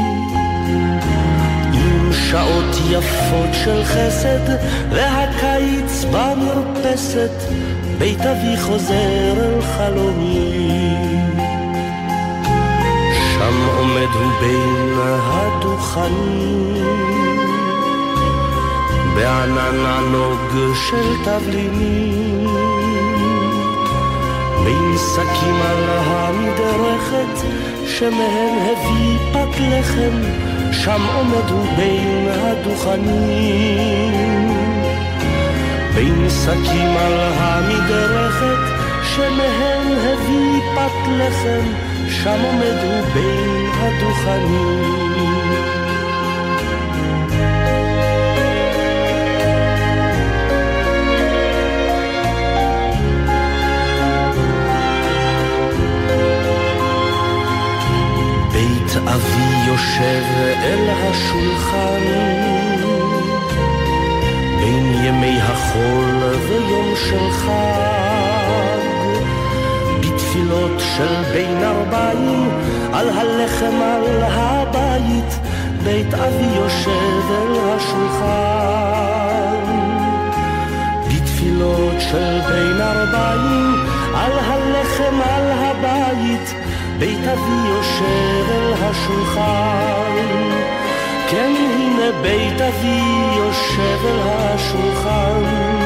F: עם שעות יפות של חסד והקיץ במרפסת, בית אבי חוזר אל חלומי. שם עומד הוא בין הדוכנים, בענן ענוג של תבלינים, בין שקים על המדרכת שמהם הביא פת לחם, שם עומד הוא בין הדוכנים, בין שקים על המדרכת שמהם הביא פת לחם, שם עומד הוא בין הדוכנים. בית אבי יושב אל השולחן, בין ימי החול ויום של חג, בתפילות של בין 40 על הלחם על הבית, בית אבי יושב אל השולחן, בתפילות של בין 40 על הלחם על הבית, בית אבי יושב אל השולחן, כן, הנה בית אבי יושב על השולחן,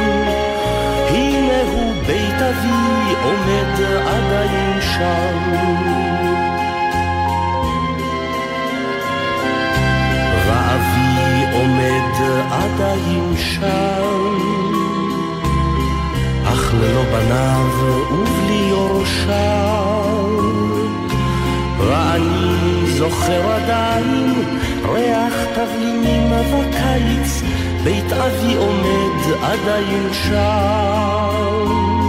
F: הנה הוא בית אבי עומד עדיין שם. ואבי עומד עדיין שם, אך ללא בניו ובלי יורשיו. ואני זוכר עדיין ריח תבלינים בקיץ, בית אבי עומד עדיין שם.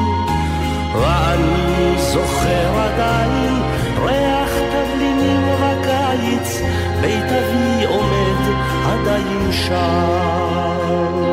F: ואני זוכר עדיין ריח תבלינים בקיץ, בית אבי עומד עדיין שם.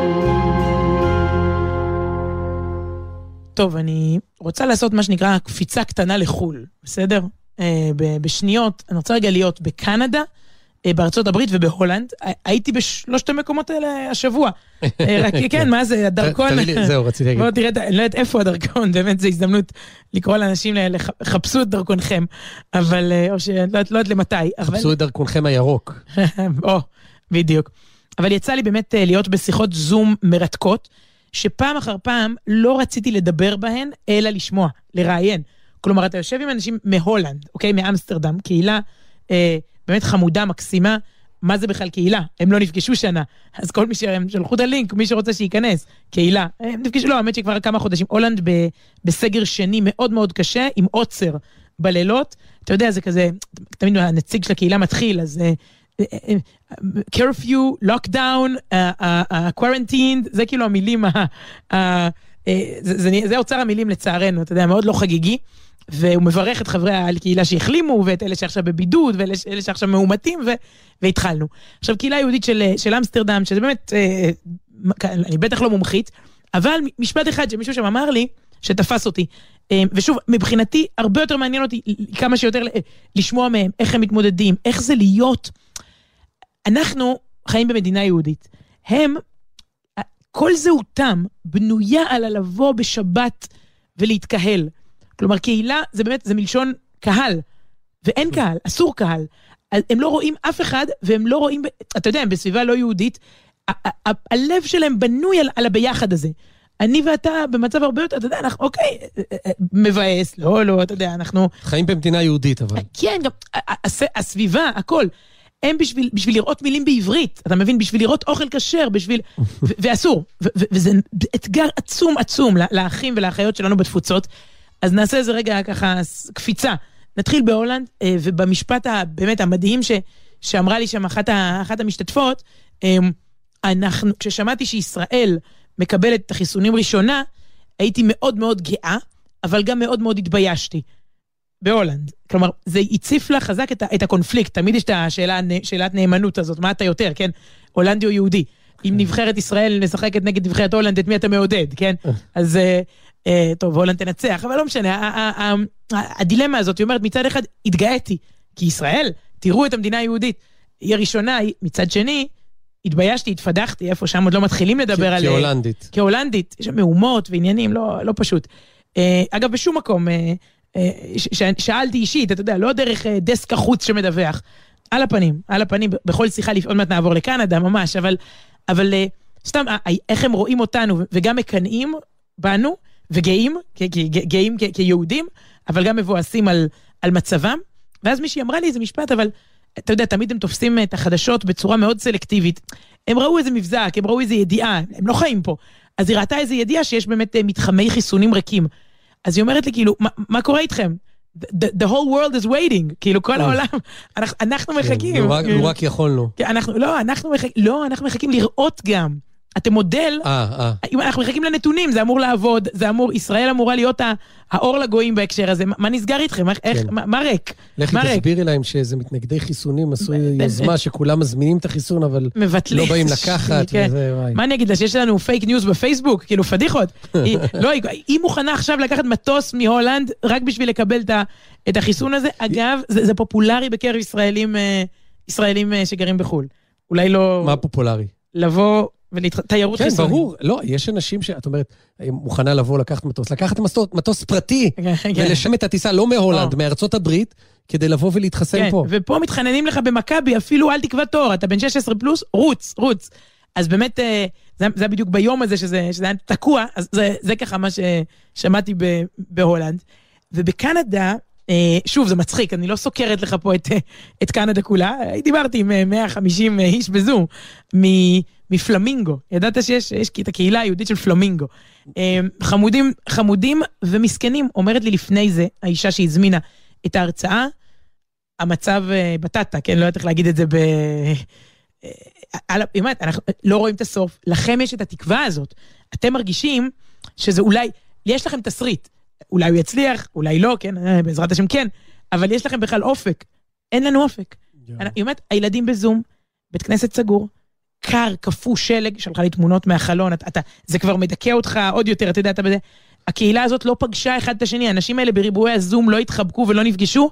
D: טוב, אני רוצה לעשות מה שנקרא קפיצה קטנה לחול, בסדר? בשניות, אני רוצה רגע להיות בקנדה, בארצות הברית ובהולנד. הייתי בשלושת המקומות האלה השבוע. רק כן, מה זה, הדרכון?
C: זהו, רציתי להגיד.
D: בוא תראה, אני לא יודעת איפה הדרכון, באמת זו הזדמנות לקרוא לאנשים, חפשו את דרכונכם, אבל, או שלא יודעת למתי.
C: חפשו את דרכונכם הירוק.
D: או, בדיוק. אבל יצא לי באמת להיות בשיחות זום מרתקות, שפעם אחר פעם לא רציתי לדבר בהן, אלא לשמוע, לראיין. כלומר, אתה יושב עם אנשים מהולנד, אוקיי? מאמסטרדם, קהילה באמת חמודה, מקסימה. מה זה בכלל קהילה? הם לא נפגשו שנה. אז כל מי שהם שלחו את הלינק, מי שרוצה שייכנס, קהילה. הם נפגשו, לא, האמת שכבר כמה חודשים. הולנד בסגר שני מאוד מאוד קשה, עם עוצר בלילות. אתה יודע, זה כזה, תמיד הנציג של הקהילה מתחיל, אז curfew, lockdown, quarantine, זה כאילו המילים, זה אוצר המילים לצערנו, אתה יודע, מאוד לא חגיגי. והוא מברך את חברי הקהילה שהחלימו, ואת אלה שעכשיו בבידוד, ואלה שעכשיו מאומתים, והתחלנו. עכשיו, קהילה יהודית של אמסטרדם, שזה באמת, אני בטח לא מומחית, אבל משפט אחד שמישהו שם אמר לי, שתפס אותי, ושוב, מבחינתי, הרבה יותר מעניין אותי, כמה שיותר לשמוע מהם, איך הם מתמודדים, איך זה להיות. אנחנו חיים במדינה יהודית. הם, כל זהותם בנויה על הלבוא בשבת ולהתקהל. כלומר, קהילה זה באמת, זה מלשון קהל, ואין קהל, אסור קהל. הם לא רואים אף אחד, והם לא רואים, אתה יודע, הם בסביבה לא יהודית, הלב שלהם בנוי על הביחד הזה. אני ואתה במצב הרבה יותר, אתה יודע, אנחנו, אוקיי, מבאס, לא, אתה יודע, אנחנו...
C: חיים במדינה יהודית, אבל.
D: כן, גם הסביבה, הכל. הם בשביל לראות מילים בעברית, אתה מבין, בשביל לראות אוכל כשר, ואסור. וזה אתגר עצום לאחים ולאחיות שלנו בתפוצות. אז נעשה איזה רגע ככה קפיצה. נתחיל בהולנד, ובמשפט באמת המדהים שאמרה לי שם אחת המשתתפות, כששמעתי שישראל מקבלת את החיסונים ראשונה, הייתי מאוד מאוד גאה, אבל גם מאוד מאוד התביישתי. בהולנד. כלומר, זה הציף לה חזק את הקונפליקט. תמיד יש את שאלת נאמנות הזאת, מה אתה יותר, כן? הולנדי או יהודי. אם נבחרת ישראל משחקת נגד נבחרת הולנד, את מי אתה מעודד, כן? אז... טוב, הולנד תנצח, אבל לא משנה, הדילמה הזאת, היא אומרת, מצד אחד התגאיתי, כי ישראל, תראו את המדינה היהודית, היא הראשונה, מצד שני, התביישתי, התפדחתי, איפה שם עוד לא מתחילים לדבר על...
C: כהולנדית.
D: כהולנדית, יש שם מהומות ועניינים, לא פשוט. אגב, בשום מקום, שאלתי אישית, אתה יודע, לא דרך דסק החוץ שמדווח, על הפנים, בכל שיחה, עוד מעט נעבור לקנדה, ממש, אבל סתם, איך הם רואים אותנו, וגם מקנאים בנו, וגאים, גאים כיהודים, אבל גם מבואסים על מצבם. ואז מישהי אמרה לי איזה משפט, אבל אתה יודע, תמיד הם תופסים את החדשות בצורה מאוד סלקטיבית. הם ראו איזה מבזק, הם ראו איזה ידיעה, הם לא חיים פה. אז היא ראתה איזה ידיעה שיש באמת מתחמי חיסונים ריקים. אז היא אומרת לי, כאילו, מה קורה איתכם? The whole world is waiting, כאילו כל העולם, אנחנו מחכים.
C: לא רק יכולנו.
D: אנחנו מחכים לראות גם. אתם מודל, אנחנו מחכים לנתונים, זה אמור לעבוד, ישראל אמורה להיות האור לגויים בהקשר הזה, מה נסגר איתכם? מה ריק?
C: לכי תסבירי להם שזה מתנגדי חיסונים, עשו יוזמה שכולם מזמינים את החיסון, אבל לא באים לקחת.
D: מה אני אגיד לה, שיש לנו פייק ניוז בפייסבוק, כאילו פדיחות. היא מוכנה עכשיו לקחת מטוס מהולנד, רק בשביל לקבל את החיסון הזה. אגב, זה פופולרי בקרב ישראלים שגרים בחול. אולי לא...
C: מה פופולרי?
D: לבוא תיירות
C: חיסונית. כן, ברור. לא, יש אנשים שאת אומרת, מוכנה לבוא לקחת מטוס פרטי, ולשם את הטיסה לא מהולנד, מארצות הברית, כדי לבוא ולהתחסן פה.
D: ופה מתחננים לך במכבי, אפילו אל תקבע תור, אתה בן 16 פלוס, רוץ. אז באמת, זה בדיוק ביום הזה שזה היה תקוע, אז זה ככה מה ששמעתי בהולנד. ובקנדה, שוב, זה מצחיק, אני לא סוקרת לך פה את קנדה כולה, דיברתי עם 150 איש בזום, מפלמינגו, ידעת שיש את הקהילה היהודית של פלמינגו, חמודים ומסכנים, אומרת לי לפני זה, האישה שהזמינה את ההרצאה, המצב בטטה, כן, לא יודעת איך להגיד את זה באמת, אנחנו לא רואים את הסוף, לכם יש את התקווה הזאת, אתם מרגישים שזה אולי, יש לכם תסריט, אולי הוא יצליח, אולי לא, כן, בעזרת השם כן, אבל יש לכם בכלל אופק, אין לנו אופק. באמת, הילדים בזום, בית כנסת סגור, קר, קפוא, שלג, שלחה לי תמונות מהחלון, זה כבר מדכא אותך עוד יותר, אתה יודע, הקהילה הזאת לא פגשה אחד את השני, האנשים האלה בריבועי הזום לא התחבקו ולא נפגשו,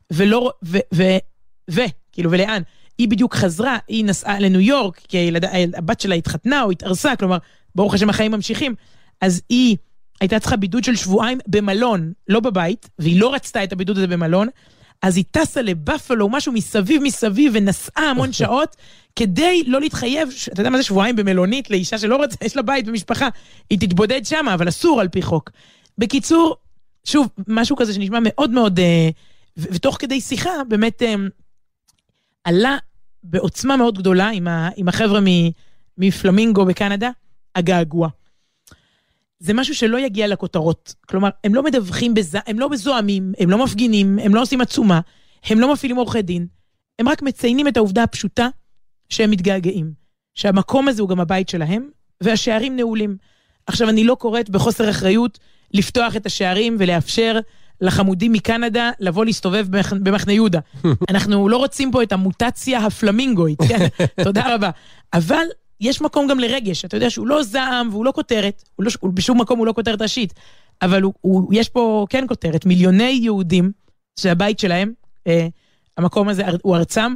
D: כאילו, ולאן? היא בדיוק חזרה, היא נסעה לניו יורק, כי הבת שלה התחתנה או התארסה, כלומר, ברוך השם החיים ממשיכים, אז היא הייתה צריכה בידוד של שבועיים במלון, לא בבית, והיא לא רצתה את הבידוד הזה במלון, אז היא טסה לבאפלו, משהו מסביב, ונסעה המון שעות, כדי לא להתחייב, אתה יודע מה זה שבועיים במלונית, לאישה שלא רוצה, יש לה בית ומשפחה, היא תתבודד שמה, אבל אסור על פי חוק. בקיצור, שוב, משהו כזה שנשמע מאוד מאוד, ותוך כדי שיחה, באמת, עלה בעוצמה מאוד גדולה, עם החבר'ה מפלמינגו בקנדה, הגעגוע. זה משהו שלא יגיע לכותרות. כלומר, הם לא מדווחים הם לא מזוהמים, הם לא מפגינים, הם לא עושים עצומה, הם לא מפעילים עורכי דין, הם רק מציינים את העובדה הפשוטה שהם מתגעגעים. שהמקום הזה הוא גם הבית שלהם, והשערים נעולים. עכשיו, אני לא קוראת בחוסר אחריות לפתוח את השערים ולאפשר לחמודים מקנדה לבוא להסתובב במחנה יהודה. אנחנו לא רוצים פה את המוטציה הפלמינגואית, כן? תודה רבה. אבל יש מקום גם לרגש, אתה יודע שהוא לא זעם והוא לא כותרת, בשום מקום הוא לא כותרת ראשית, אבל יש פה כן כותרת, מיליוני יהודים, זה הבית שלהם, המקום הזה הוא ארצם,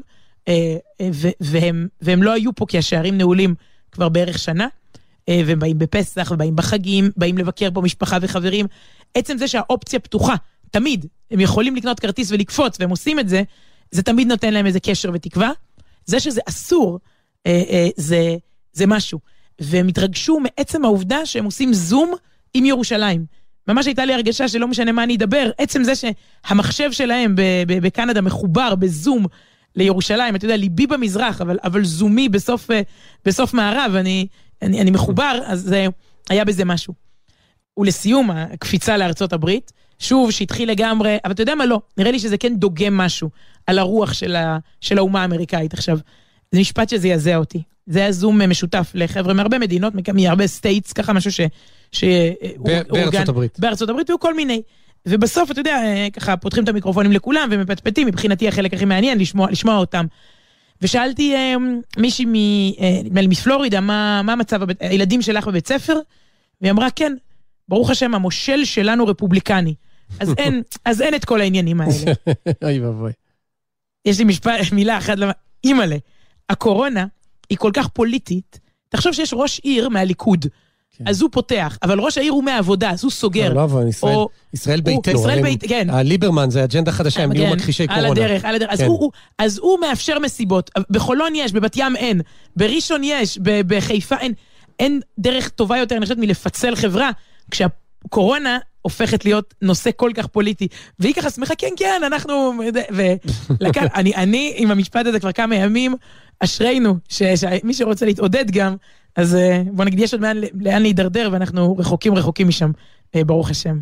D: והם לא היו פה כי השערים נעולים כבר בערך שנה, והם באים בפסח, ובאים בחגים, באים לבקר פה משפחה וחברים, עצם זה שהאופציה פתוחה, תמיד, הם יכולים לקנות כרטיס ולקפוץ, והם עושים את זה, זה תמיד נותן להם איזה קשר ותקווה, זה שזה אסור, זה משהו, והם התרגשו מעצם העובדה שהם עושים זום עם ירושלים, ממש הייתה לי הרגשה שלא משנה מה אני אדבר, עצם זה שהמחשב שלהם בקנדה מחובר בזום לירושלים, אתה יודע, ליבי במזרח, אבל זומי בסוף מערב, אני מחובר, אז היה בזה משהו. ולסיום, הקפיצה לארצות הברית, שוב, שהתחיל לגמרי, אבל אתה יודע מה לא, נראה לי שזה כן דוגם משהו על הרוח של האומה האמריקאית עכשיו. זה משפט שזה יזע אותי. זה היה זום משותף לחבר'ה מהרבה מדינות, מהרבה סטייטס, ככה משהו
C: בארצות הברית.
D: בארצות הברית, והוא כל מיני. ובסוף, אתה יודע, ככה פותחים את המיקרופונים לכולם, ומפטפטים, מבחינתי החלק הכי מעניין, לשמוע אותם. ושאלתי מישהי מפלורידה, מה המצב, הילדים שלך בבית ספר? והיא אמרה, כן, ברוך השם, המושל שלנו רפובליקני. אז אין את כל העניינים האלה.
C: אוי ובוי.
D: יש לי מילה אחת, אימאלה, הקורונה היא כל כך פוליטית, תחשוב שיש ראש עיר מהליכוד, אז הוא פותח, אבל ראש העיר הוא מהעבודה, אז הוא סוגר.
C: לא, אבל ישראל ביתנו, הליברמן זה אג'נדה חדשה, הם נהיו מכחישי קורונה.
D: על הדרך, אז הוא מאפשר מסיבות, בחולון יש, בבת ים אין, בראשון יש, בחיפה אין דרך טובה יותר, אני חושבת, מלפצל חברה, כשהקורונה הופכת להיות נושא כל כך פוליטי, והיא ככה שמחה, כן, אנחנו, אני עם המשפט הזה כבר כמה ימים, אשרינו, שמי שרוצה להתעודד גם, אז בוא נגיד, יש עוד לאן להידרדר, ואנחנו רחוקים משם, ברוך השם.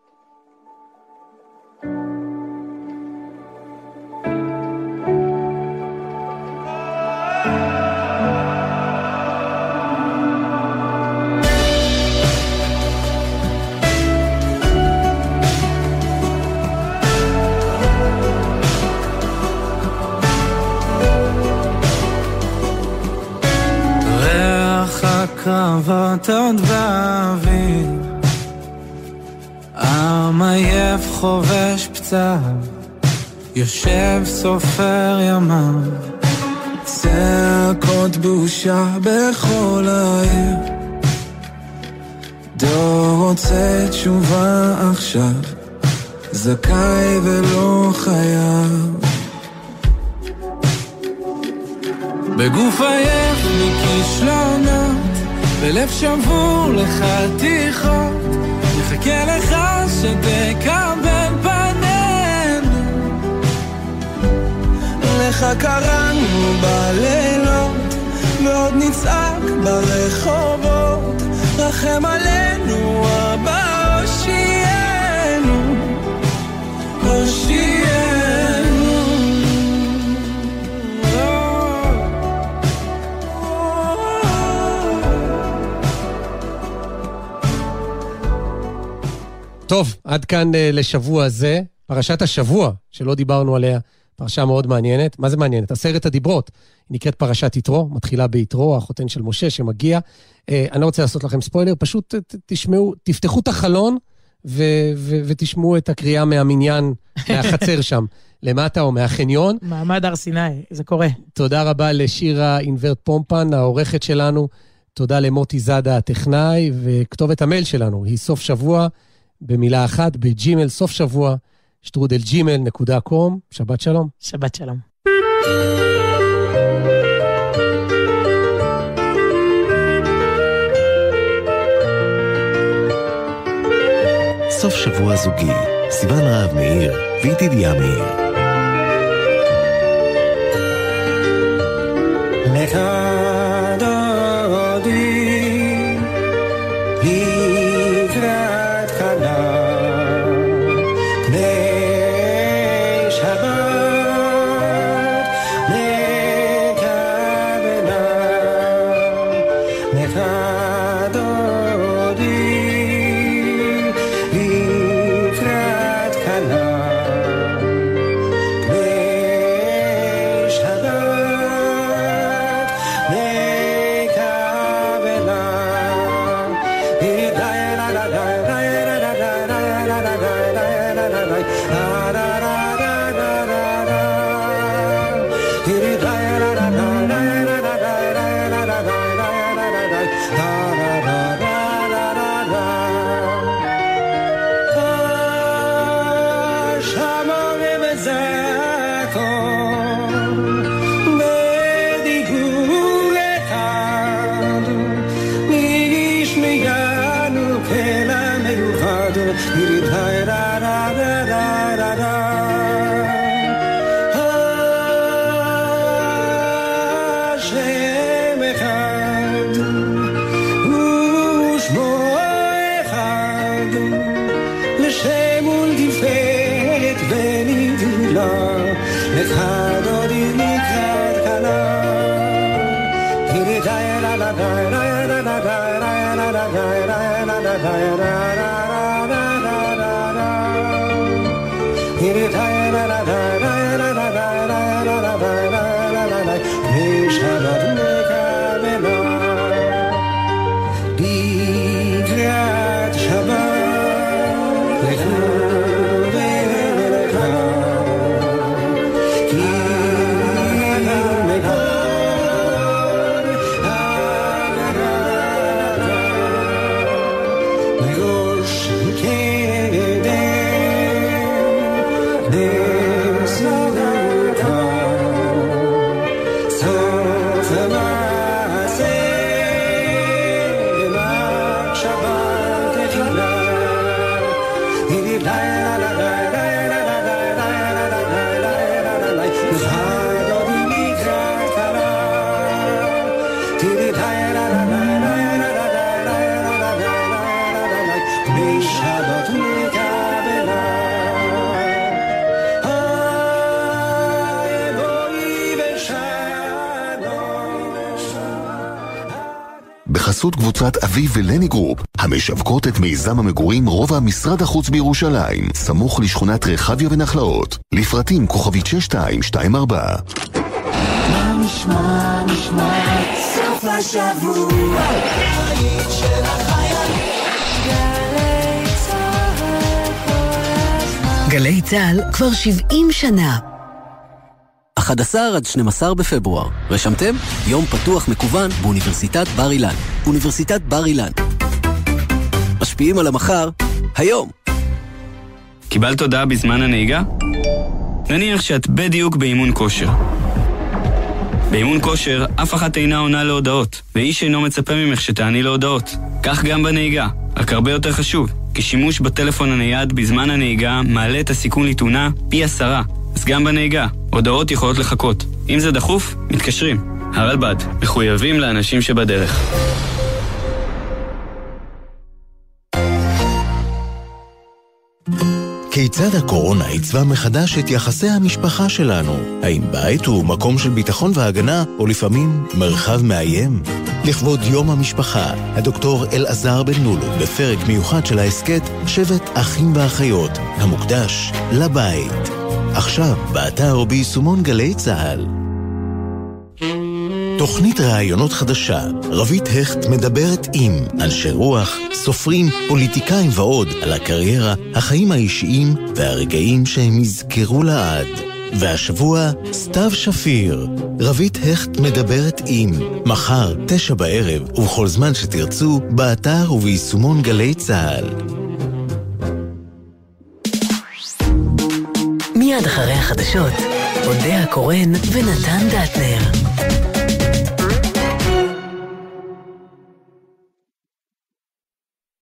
B: קרבות עוד באוויר, עם עייף חובש פצעיו, יושב סופר ימיו, צעקות בושה בכל העיר, דור רוצה תשובה עכשיו, זכאי ולא חייב. בגוף עייף מכישלונות, בלב שבור לחתיכות, נחכה לך שתקבל פנינו. לך קראנו בלילות, ועוד נצעק ברחובות, רחם עלינו אבא הושיענו, הושיענו.
C: טוב, עד כאן לשבוע הזה. פרשת השבוע, שלא דיברנו עליה, פרשה מאוד מעניינת. מה זה מעניינת? 10 הדיברות. היא נקראת פרשת יתרו, מתחילה ביתרו, החותן של משה שמגיע. אני לא רוצה לעשות לכם ספוילר, פשוט תשמעו, תפתחו את החלון ותשמעו את הקריאה מהמניין, מהחצר שם, למטה או מהחניון.
D: מעמד הר סיני, זה קורה. תודה
C: רבה לשירה אינברט פומפן, העורכת שלנו. תודה למוטי זאדה, הטכנאי, וכתובת המייל שלנו היא סוף שבוע, במילה אחת, בג'ימל, סוף שבוע, @gmail.com. שבת שלום.
D: שבת שלום.
G: סוף שבוע זוגי, סיוון רהב מאיר וידידיה מאיר.
B: לך דודי לקראת חנה, כדי שבת נקבלה. לך דודי לקראת חנה, כדי שבת נקבלה.
G: בחסות קבוצת אביב ולני גרופ, המשווקות את מיזם המגורים רובע משרד החוץ בירושלים, סמוך לשכונת רחביה ונחלאות. לפרטים כוכבית 6224.
H: מה נשמע, נשמע, סוף השבוע, היית של החיילים. גלי צהל כל הזמן.
A: גלי צהל כבר 70 שנה.
I: 11 עד 12 בפברואר. רשמתם? יום פתוח מקוון באוניברסיטת בר אילן. אוניברסיטת בר אילן. משפיעים על המחר, היום.
J: קיבלת הודעה בזמן הנהיגה? נניח שאת בדיוק באימון כושר. באימון כושר, אף אחת אינה עונה להודעות, ואיש אינו מצפה ממך שתעני להודעות. כך גם בנהיגה, רק הרבה יותר חשוב, כי שימוש בטלפון הנייד בזמן הנהיגה מעלה את הסיכון לתאונה פי 10. אז גם בנהיגה, הודעות יכולות לחכות. אם זה דחוף, מתקשרים. הרלב"ד, מחויבים לאנשים שבדרך.
K: כיצד הקורונה עיצבה מחדש את יחסי המשפחה שלנו? האם בית הוא מקום של ביטחון והגנה, או לפעמים מרחב מאיים? לכבוד יום המשפחה, הדוקטור אלעזר בן לולו, בפרק מיוחד של העסקת שבט אחים ואחיות, המוקדש לבית. עכשיו, באתר וביישומון גלי צהל. תוכנית ראיונות חדשה, רבית הכט מדברת עם אנשי רוח, סופרים, פוליטיקאים ועוד על הקריירה, החיים האישיים והרגעים שהם יזכרו לעד. והשבוע, סתיו שפיר, רבית הכט מדברת עם, מחר 9 בערב ובכל זמן שתרצו, באתר וביישומון גלי צהל.
A: מיד אחרי החדשות, אודיה קורן ונתן דטנר.